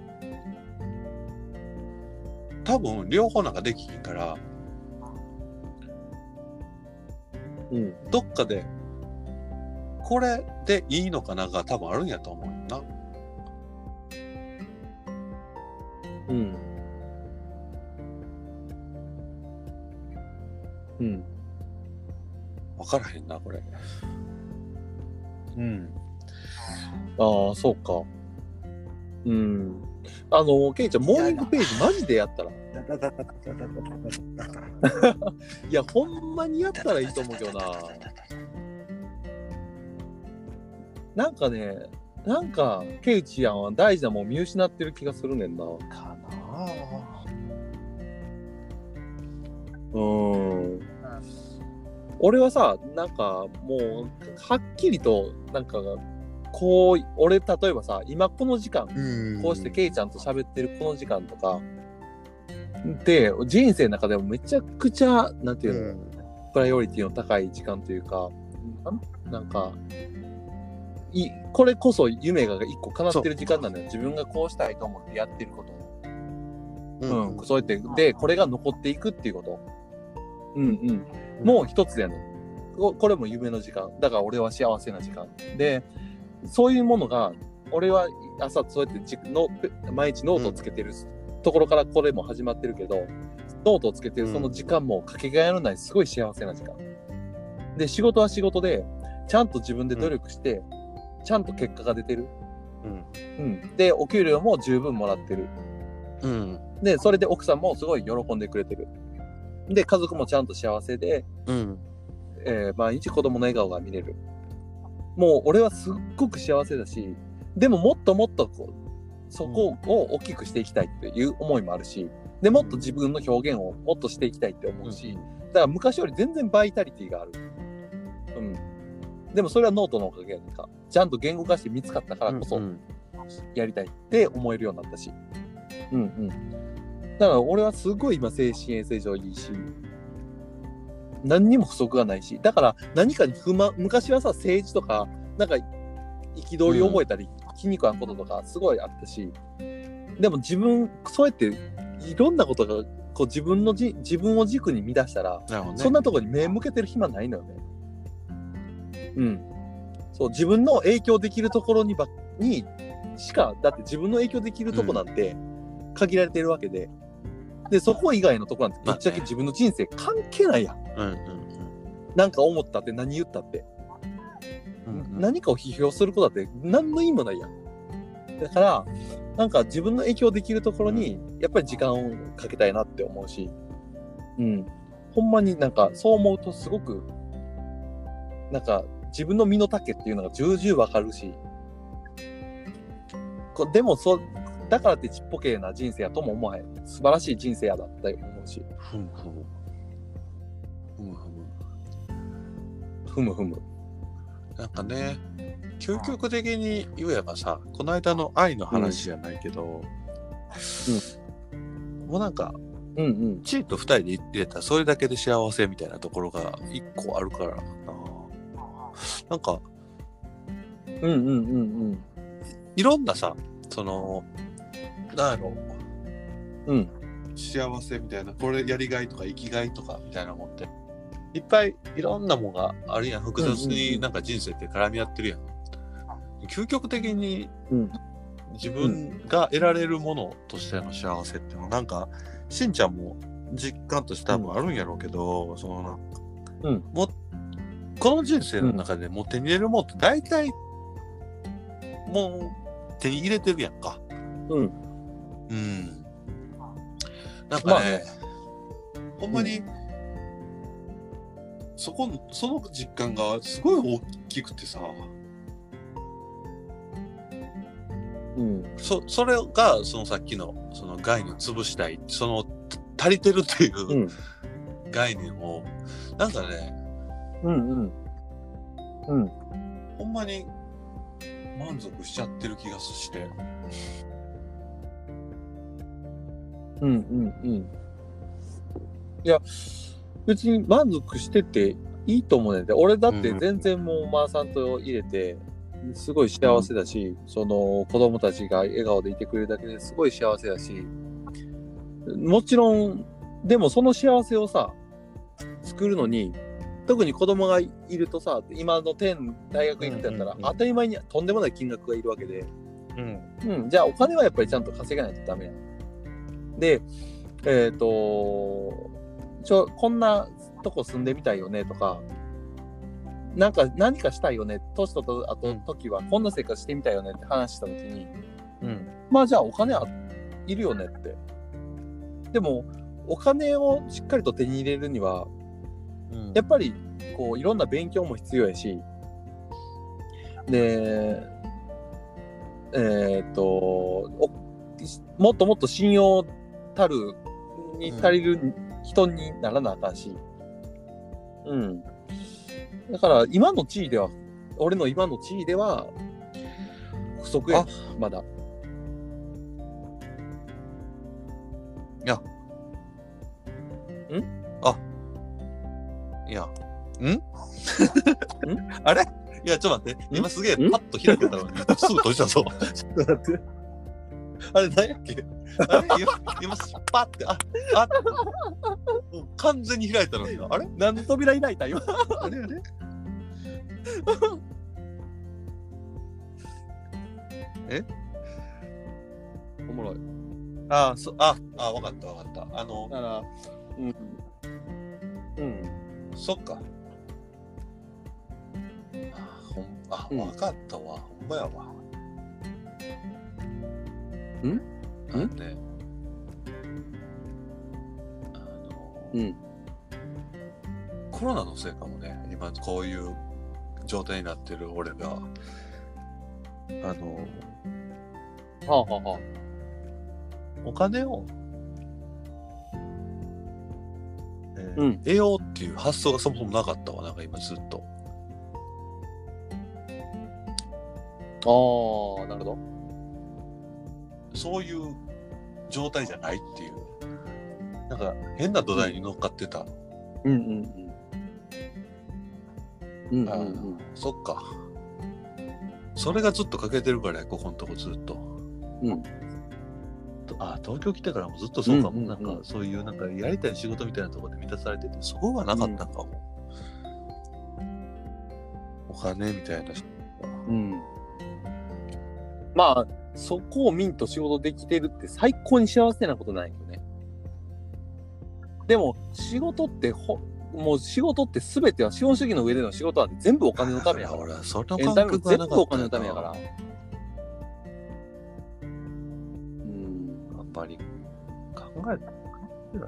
多分両方なんかできひんから、どっかでこれでいいのかなが多分あるんやと思うよな。 うん。 分からへんな、これ。 うん。ああ、そうか。うん。ケイちゃん、モーニングページマジでやったら。いや、ほんまにやったらいいと思うけどな。なんかね、ケイチやんは大事なもん見失ってる気がするねんな。 かな俺はさ、なんかもう、はっきりと、なんか、こう、俺、例えばさ、今この時間、こうしてケイちゃんと喋ってるこの時間とか、で、人生の中でもめちゃくちゃ、なんていうの、プライオリティの高い時間というか、なんか、これこそ夢が一個叶ってる時間なんだよ。自分がこうしたいと思ってやってること。そうやって、で、これが残っていくっていうこと。もう一つやねん。これも夢の時間。だから俺は幸せな時間。で、そういうものが、俺は朝そうやって毎日ノートをつけてるところからこれも始まってるけど、ノートをつけてるその時間もかけがえのないすごい幸せな時間。で、仕事は仕事で、ちゃんと自分で努力して、ちゃんと結果が出てる。で、お給料も十分もらってる。で、それで奥さんもすごい喜んでくれてる。で、家族もちゃんと幸せで、毎日子供の笑顔が見れる。もう俺はすっごく幸せだし、でももっともっとそこを大きくしていきたいっていう思いもあるし、でもっと自分の表現をもっとしていきたいって思うし、だから昔より全然バイタリティがある。でもそれはノートのおかげやねんか。ちゃんと言語化して見つかったからこそやりたいって思えるようになったし。だから俺はすごい今精神衛生上いいし、何にも不足がないし、だから何かに昔はさ、政治とか、なんか憤りを覚えたり、気に食わんこととかすごいあったし、でもそうやっていろんなことがこう自分を軸に乱したら、そんなところに目向けてる暇ないのよね。そう、自分の影響できるところにしか、だって自分の影響できるとこなんて限られてるわけで、で、そこ以外のとこなんてぶっちゃけ自分の人生関係ないやん。なんか思ったって何言ったって。何かを批評することだって何の意味もないやん。だから、なんか自分の影響できるところにやっぱり時間をかけたいなって思うし、ほんまになんかそう思うとすごく、なんか自分の身の丈っていうのが重々わかるし、でもだからってちっぽけな人生やとも思わへん。素晴らしい人生やだって思うし。ふむふむ。 なんかね、究極的に言えばさ、この間の愛の話じゃないけど、もうなんか、チーと2人で入れたらそれだけで幸せみたいなところが1個あるからな。なんか、いろんなさ、なんやろ、幸せみたいな、これやりがいとか生きがいとかみたいなもんって、いっぱいいろんなもんがあるやん。複雑になんか人生って絡み合ってるやん。究極的に自分が得られるものとしての幸せっていうのはなんかしんちゃんも実感として多分あるんやろうけど、この人生の中でもう手に入れるもんって大体もう手に入れてるやんか。なんかね、ほんまに、その実感がすごい大きくてさ、それがそのさっきのその概念を潰したい、その足りてるっていう概念をなんかね、ほんまに満足しちゃってる気がして。 いや、別に満足してていいと思うねんで、俺だって全然もうマーさんと入れて、すごい幸せだし、その子供たちが笑顔でいてくれるだけですごい幸せだし、もちろん、でもその幸せをさ、作るのに、特に子供がいるとさ、今の大学行くってやったら、当たり前にとんでもない金額がいるわけで、じゃあお金はやっぱりちゃんと稼がないとダメやん。で、こんなとこ住んでみたいよねとか、なんか何かしたいよね、年ととあと時はこんな生活してみたいよねって話した時に、まあじゃあお金はいるよねって。でもお金をしっかりと手に入れるには、やっぱりこういろんな勉強も必要やし、でもっともっと信用たるに足りる人にならなあかんし、だから今の地位では、俺の今の地位では不足や、まだ。 いや。いや。あれいや、ちょっと待って。今すげえパッと開けたのに、すぐ閉じたぞ。ちょっと待って。あれ、何やっけあれ今、パッて、もう完全に開いたのに。あれ何の扉開いた今。 あれおもろい。 わかった。だから、そっか。わかったわ。ほんまやわ。コロナのせいかもね。今こういう状態になってる俺が、お金を、得ようっていう発想がそもそもなかったわ。なんか今ずっと。 なるほど。 そういう状態じゃないっていう。なんか変な土台に乗っかってた。そっか。それがずっと欠けてるからここのとこずっと。東京来てからもずっとそうかも。なんかそういうなんかやりたい仕事みたいなところで満たされてて、そこがなかったんかも。お金みたいな。 まあそこをミンと仕事できてるって最高に幸せなことなんよね。でも仕事ってもう仕事って全ては資本主義の上での仕事は全部お金のためやから。エンタメも全部お金のためやから。 あんまり考えてないな。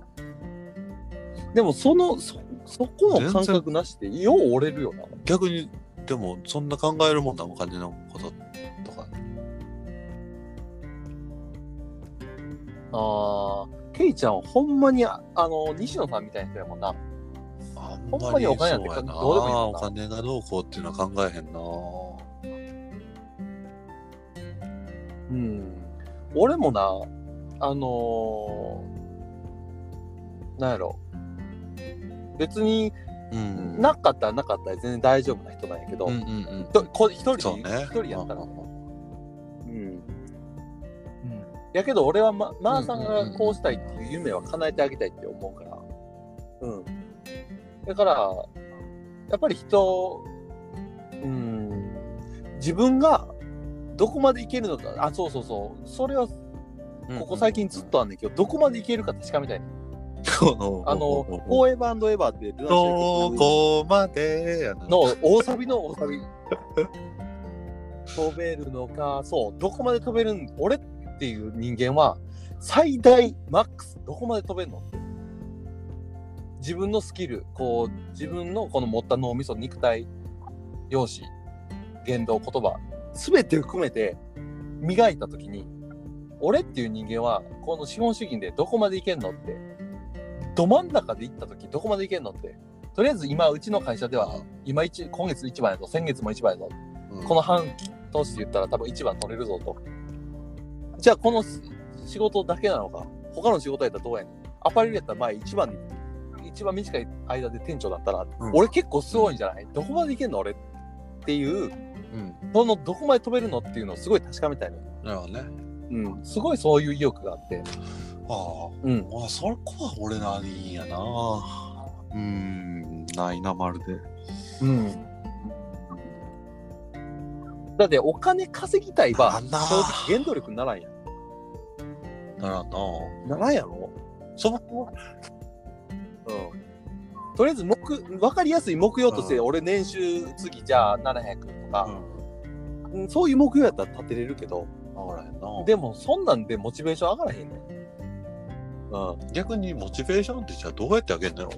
でもそこの感覚なしでよう折れるよな。 逆にでもそんな考えるもんな、お金のこととか。 ケイちゃんはほんまに西野さんみたいな人やもんな。ほんまにお金なんてどうでもいいもんな。 お金がどうこうっていうのは考えへんな。 俺もな、なんやろ、別に、なかったらなかったら全然大丈夫な人なんやけど、一人やったら、やけど俺はまーさんがこうしたいっていう夢は叶えてあげたいって思うから、だからやっぱり自分がどこまでいけるのか、それはここ最近ずっとあんねんけど、どこまでいけるか確かめたいね。フォーエバー&エバーってルナシーどこまでやなの大サビ飛べるのか、どこまで飛べるん、俺っていう人間は最大マックスどこまで飛べるのって、自分のスキル、自分のこの持った脳みそ、肉体、容姿、言動、言葉全て含めて磨いたときに、俺っていう人間はこの資本主義でどこまでいけんのって、ど真ん中で行ったときどこまでいけんのって、とりあえず今うちの会社では今今月1番やぞ、先月も1番やぞ、この半年で言ったら多分1番取れるぞと。じゃあこの仕事だけなのか、他の仕事やったらどうやねん。アパレルやったら前一番短い間で店長だったら、俺結構すごいんじゃない、どこまでいけんの俺っていう、そのどこまで飛べるのっていうのをすごい確かめたいの。 なるほどね。 すごいそういう意欲があって。 そこは俺なりんやな。ないな、まるで。だってお金稼ぎたいは正直原動力にならんやん。 ならんな。 ならんやろ。 そもそもとりあえず分かりやすい目標として、俺年収次じゃあ700とか、そういう目標やったら立てれるけど、 上がらへんな。 でもそんなんでモチベーション上がらへんねん。 逆にモチベーションってじゃあどうやって上げんのやろ？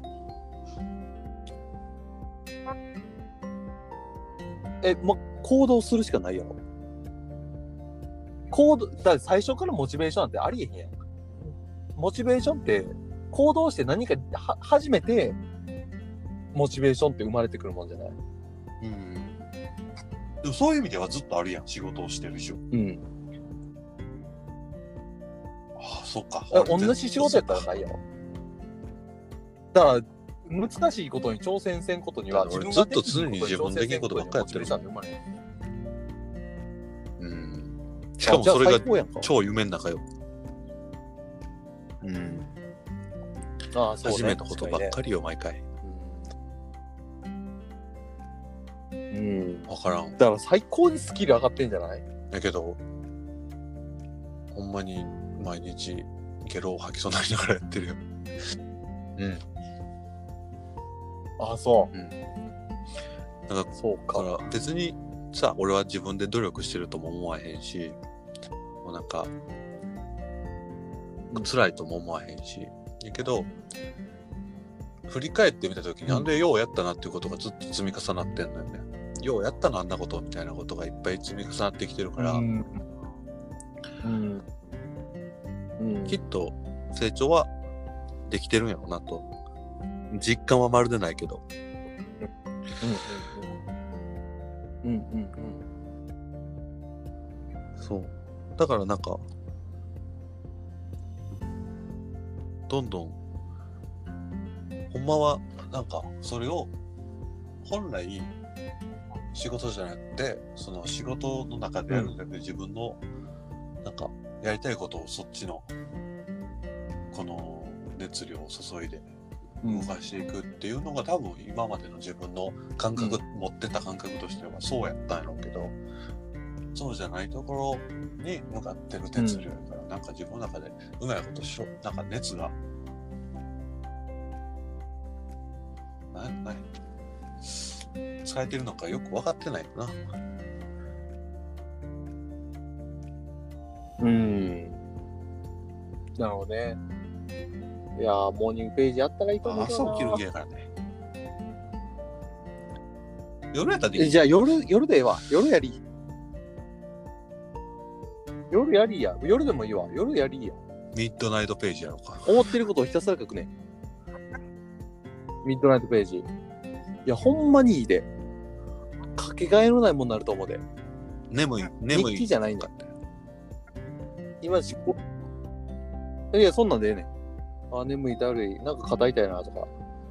行動するしかないやろ。だから最初からモチベーションなんてありえへんやん。モチベーションって行動して何か初めてモチベーションって生まれてくるもんじゃない？ でもそういう意味ではずっとあるやん、仕事をしてる以上。そっか。 同じ仕事やったらないやろ。だから難しいことに挑戦せんことには、 自分がずっと常に自分できることばっかりやってる。しかもそれが超夢の中よ。 そうね、 初めたことばっかりよ、毎回。わからん。 だから最高にスキル上がってんじゃない？ だけど、ほんまに毎日ゲロを吐きそうになりながらやってるよ。 そう。 だから別にさ、俺は自分で努力してるとも思わへんし、もうなんか辛いとも思わへんし、だけど振り返ってみたときに、なんでようやったなっていうことがずっと積み重なってんのよね。ようやったな、あんなことみたいなことがいっぱい積み重なってきてるから、きっと成長はできてるんやろうなと。実感はまるでないけど。そう。だからなんか、どんどん、ほんまはなんかそれを本来仕事じゃなくて、その仕事の中でやるんだけど、自分のなんかやりたいことをそっちのこの熱量を注いで動かしていくっていうのが多分今までの自分の感覚、持ってた感覚としてはそうやったんやろうけど、そうじゃないところに向かってる熱量やから、なんか自分の中でうまいことなんか熱が使えてるのかよく分かってないよな。 なるほどね。いやー、モーニングページあったらいいと思うな。 朝起きる気やからね。夜やったらできる。 じゃあ夜でええわ。夜やり。夜やりや。夜でもいいわ。夜やりや。 ミッドナイトページやろうか。 思ってることをひたすら書くね。ミッドナイトページ。いや、ほんまにいいで。かけがえのないもんになると思うで。 眠い。 日記じゃないんだ。今、いや、そんなんでええねん。眠い、だるい。なんか肩痛いなとか。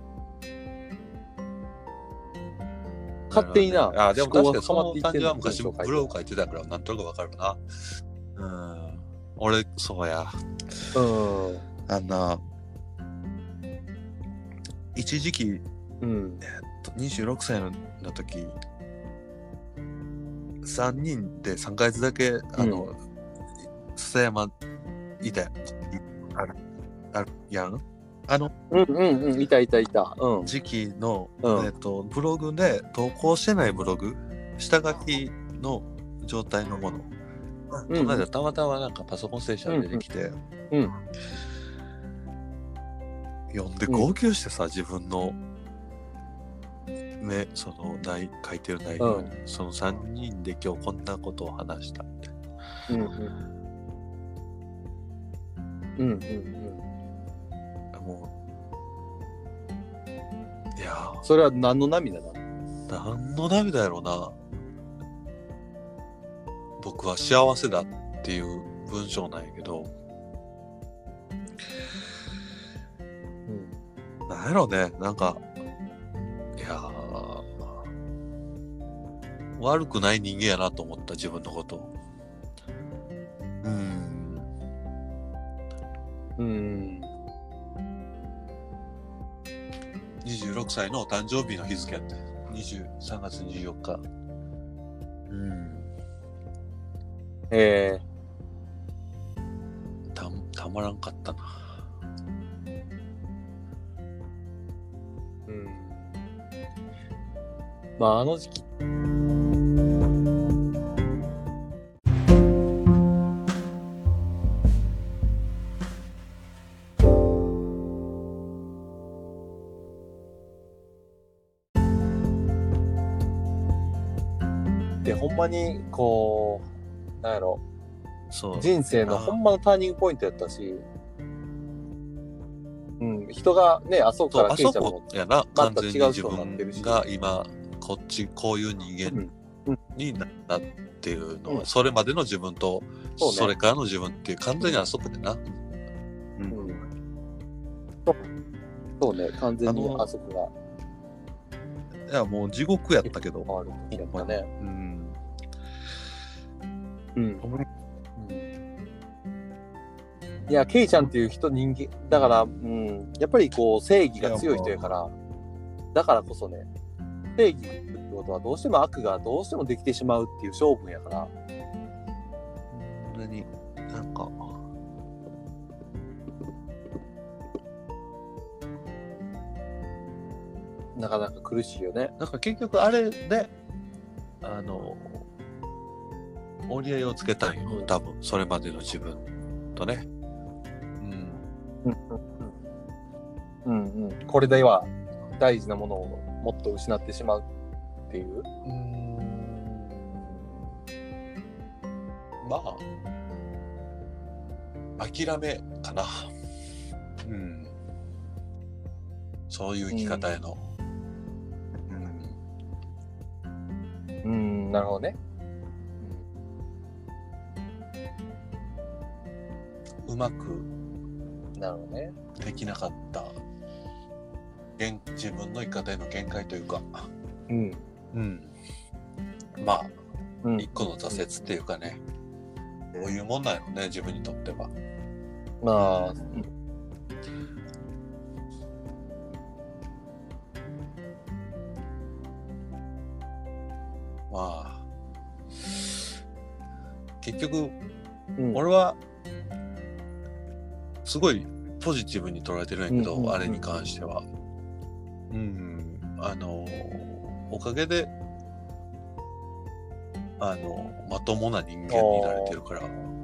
勝手にな。 でも確かにその感じは昔ブログ書いてたからなんとなくわかるな。俺、そうや。一時期、26歳の時、3人で3ヶ月だけ、笹山いたあるやん。 いた。 時期の、ブログで投稿してないブログ、下書きの状態のもの。この間たまたまなんかパソコンステーション出てきて、読んで号泣してさ、自分のその書いてる内容に、その3人で今日こんなことを話したって。もう、いやそれは何の涙なの？ 何の涙やろうな。僕は幸せだっていう文章なんやけど、なんやろうね、なんか、いや悪くない人間やなと思った、自分のこと。26歳の誕生日の日付やった3月24日。たまらんかったな。 。まああの時期でほんまにこうなんやろ、 そう人生のほんまのターニングポイントやったし、うん、人がねあそこからケイちゃんもやな、 また違う人になってるし、 自分が今こっちこういう人間になったっていうのは、それまでの自分と それからの自分っていう完全にあそこでな、 そうね、完全にあそこがいやもう地獄やったけど変わる時やったね。いや、ケイちゃんっていう人間だから、やっぱりこう正義が強い人やから、だからこそね、正義ってことはどうしても悪がどうしてもできてしまうっていう性分やから。 なんかなかなか苦しいよね。 なんか結局あれで折り合いをつけたんよ、多分それまでの自分とね。 これでは大事なものをもっと失ってしまうっていう。 まあ諦めかな。そういう生き方への。 なるほどね。 うまくなるほどね。 できなかった自分の生き方への限界というか、まあ、一個の挫折っていうかね、どういうもんなんやろね、自分にとっては。 まあ、 まあ結局、俺はすごいポジティブに捉えてるんやけど、あれに関してはおかげでまともな人間になれてるから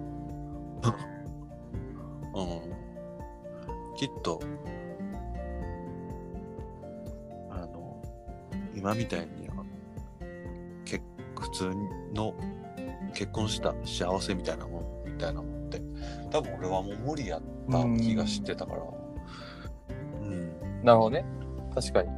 きっと今みたいに普通の結婚した幸せみたいなもんって多分俺はもう無理やった気がしてたから。 なるほどね。確かに。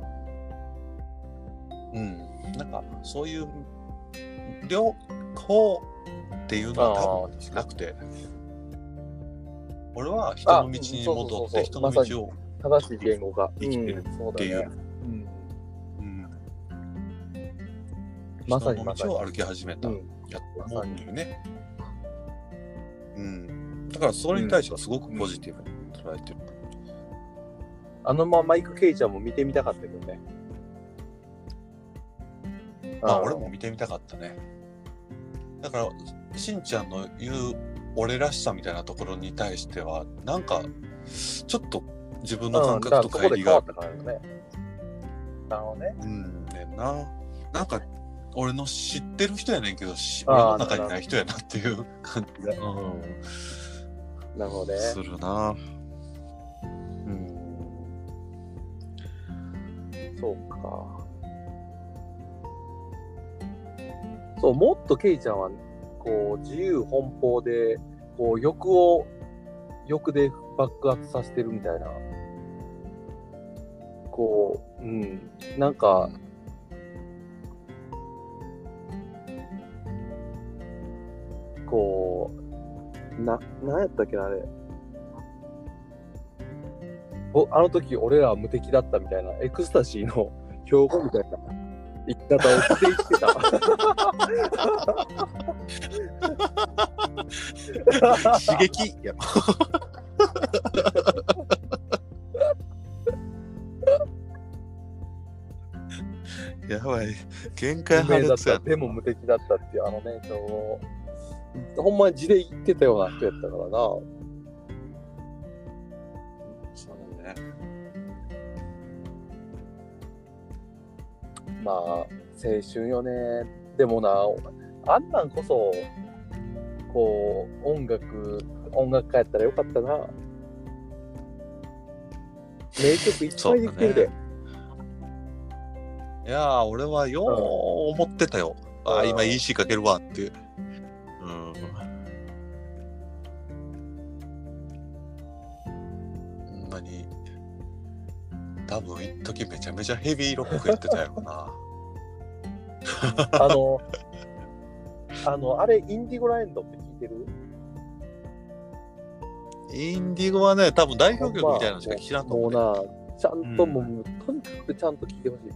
なんかそういう両方っていうのは多分なくて、俺は人の道に戻って人の道を正しい言語が生きてるっていう。まさに人の道を歩き始めたやと思うんだよね。だからそれに対してはすごくポジティブに捉えてる。 マイク・ケイちゃんも見てみたかったけどね。 俺も見てみたかったね。だからしんちゃんの言う俺らしさみたいなところに対してはなんかちょっと自分の感覚と乖離が。 なるほどね。 なんか俺の知ってる人やねんけど俺の中にない人やなっていう感じがなるほどね。 するな。 そうか。そう、もっとケイちゃんはこう自由奔放でこう欲で爆発させてるみたいな、こうなんかこうなんやったっけなあれ、あの時俺らは無敵だったみたいなエクスタシーの標語みたいな言い方をしていってた。 刺激やばい、限界破裂や。 でも無敵だったっていうほんまに字で言ってたような人やったからな。 そうね。 まあ青春よね。でもな、あんなんこそこう音楽家やったらよかったな。名曲いっぱいできてるで。 いやー、俺はよう思ってたよ。ああ、今 EC かけるわって。ほんまに、多分一時めちゃめちゃヘビーロックやってたよな。 あれ、インディゴラエンドって聞いてる？ インディゴはね、多分代表曲みたいなのしか知らんと思う、ね。 もうな、ちゃんともう、とにかくちゃんと聞いてほしい。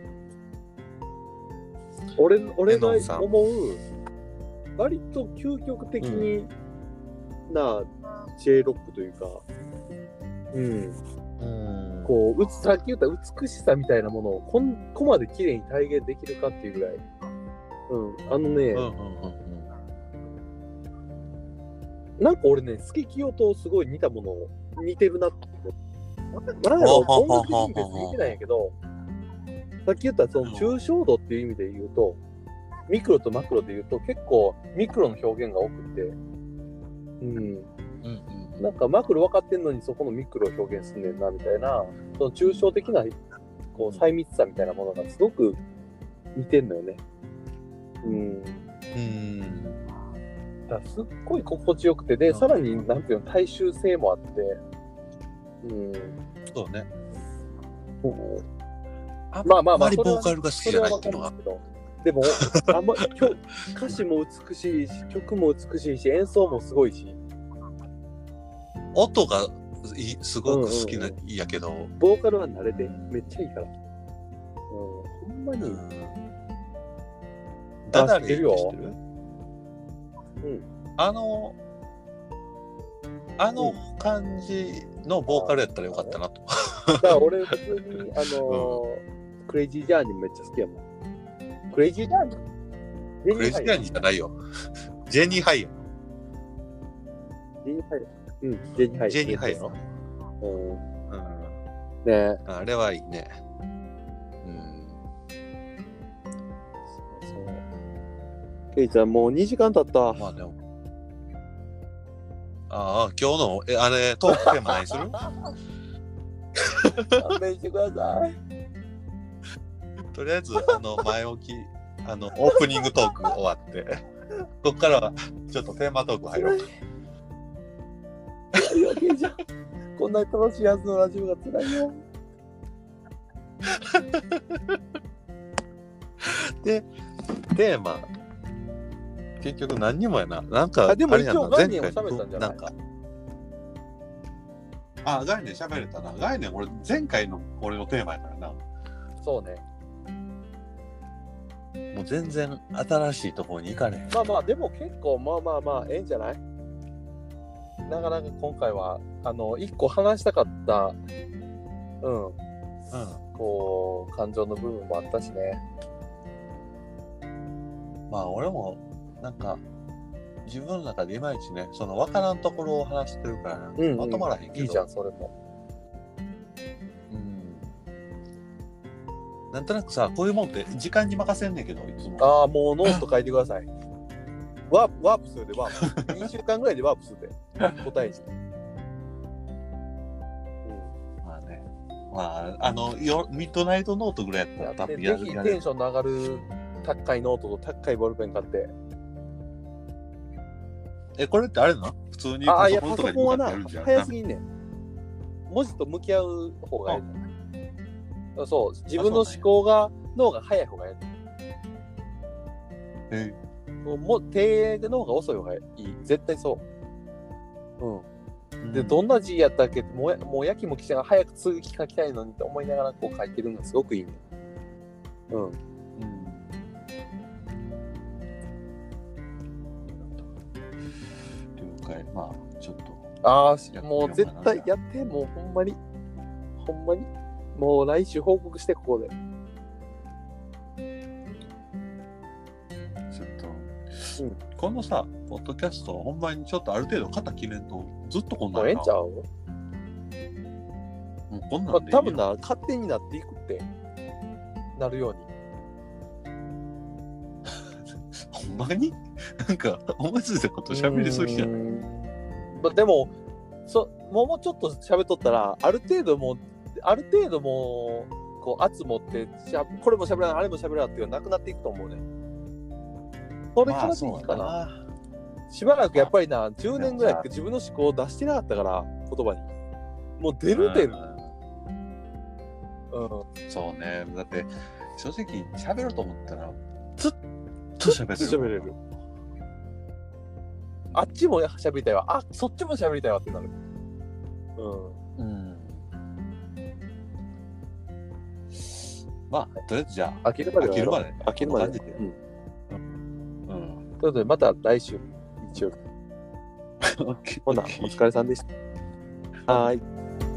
俺が思う、割と究極的にな J ロックというか、こうさっき言った美しさみたいなものをここまで綺麗に体現できるかっていうぐらい、なんか俺ね、スケキヨとすごい似てるなって思って。なんやろ、音楽的に別に似てないんやけど、さっき言ったその抽象度っていう意味で言うと、ミクロとマクロで言うと結構ミクロの表現が多くて、なんかマクロ分かってんのにそこのミクロを表現すんねんなみたいな、その抽象的なこう細密さみたいなものがすごく似てんのよね。だからすっごい心地よくて、でさらになんていうの、大衆性もあって、 そうね。 まあまりボーカルが好きじゃないっていうのが。 でも歌詞も美しいし、曲も美しいし、演奏もすごいし、 音がすごく好きなんやけど、 ボーカルは慣れてめっちゃいいから。ほんまに。 ダダレ知ってる？あの感じのボーカルやったらよかったなと。 だから俺普通にクレイジージャーニーめっちゃ好きやもん。クレイジージャーニー？ クレイジージャーニーじゃないよ。ジェニーハイや。 ジェニーハイ。ジェニーハイ。 ジェニーハイやろ？ ね、 あれはいいね。 ケイちゃんもう2時間経った。 まあでも。今日のあれトークテーマ何する？ 勘弁してください。 とりあえず前置きオープニングトーク終わってここからはちょっとテーマトーク入ろうか。 いやケイちゃん、こんなに楽しいはずのラジオが辛いよ。 でテーマ結局何にもやな。なんかでも一応概念を喋ったんじゃない？ 概念喋れたな。概念俺前回の俺のテーマやからな。 そうね。 もう全然新しいところに行かねえ。 まあでも結構ええんじゃない？なかなか今回は一個話したかったこう感情の部分もあったしね。 まあ俺もなんか自分の中でいまいちね、その分からんところを話してるから、まとまらへんけど。 いいじゃんそれも。 なんとなくさ、こういうもんって時間に任せんねんけど、いつも。 もうノート書いてください。ワープするでワープ。2週間ぐらいでワープするで答えに。 まあね。まあミッドナイトノートぐらいやったら多分ぜひテンションの上がる高いノートと高いボールペン買って。 これってあれなの？普通にパソコンはな、早すぎんねん。文字と向き合う方がいい。そう、自分の思考が脳が早い方がいい。もう手の方が遅い方がいい。絶対そう。で、どんな字やったっけ？もうやきもきして早く続き書きたいのにって思いながらこう書いてるのがすごくいいね。まあちょっともう絶対やって、もうほんまにもう来週報告して、ここでちょっと、このさポッドキャストほんまにちょっとある程度肩切れんとずっとこんなんやな。 もうええんちゃう？ もうこんなんでいいよ。 多分な、勝手になっていくってなるように。 ほんまになんか思いついたこと喋りすぎじゃない？ まあ、でももうちょっと喋っとったらある程度もこう圧持ってこれも喋らないあれも喋らないっていうのはなくなっていくと思うね。それからでいいかな。しばらくやっぱりな10年ぐらいって自分の思考を出してなかったから言葉にもう出る、 そうね。だって正直喋ろうと思ったらずっと喋れる。 あっちも喋りたいわ、あそっちも喋りたいわってなる。 まあとりあえずじゃあ飽きるまで飽きるまでということでまた来週日曜日ほなお疲れさんでした。はい。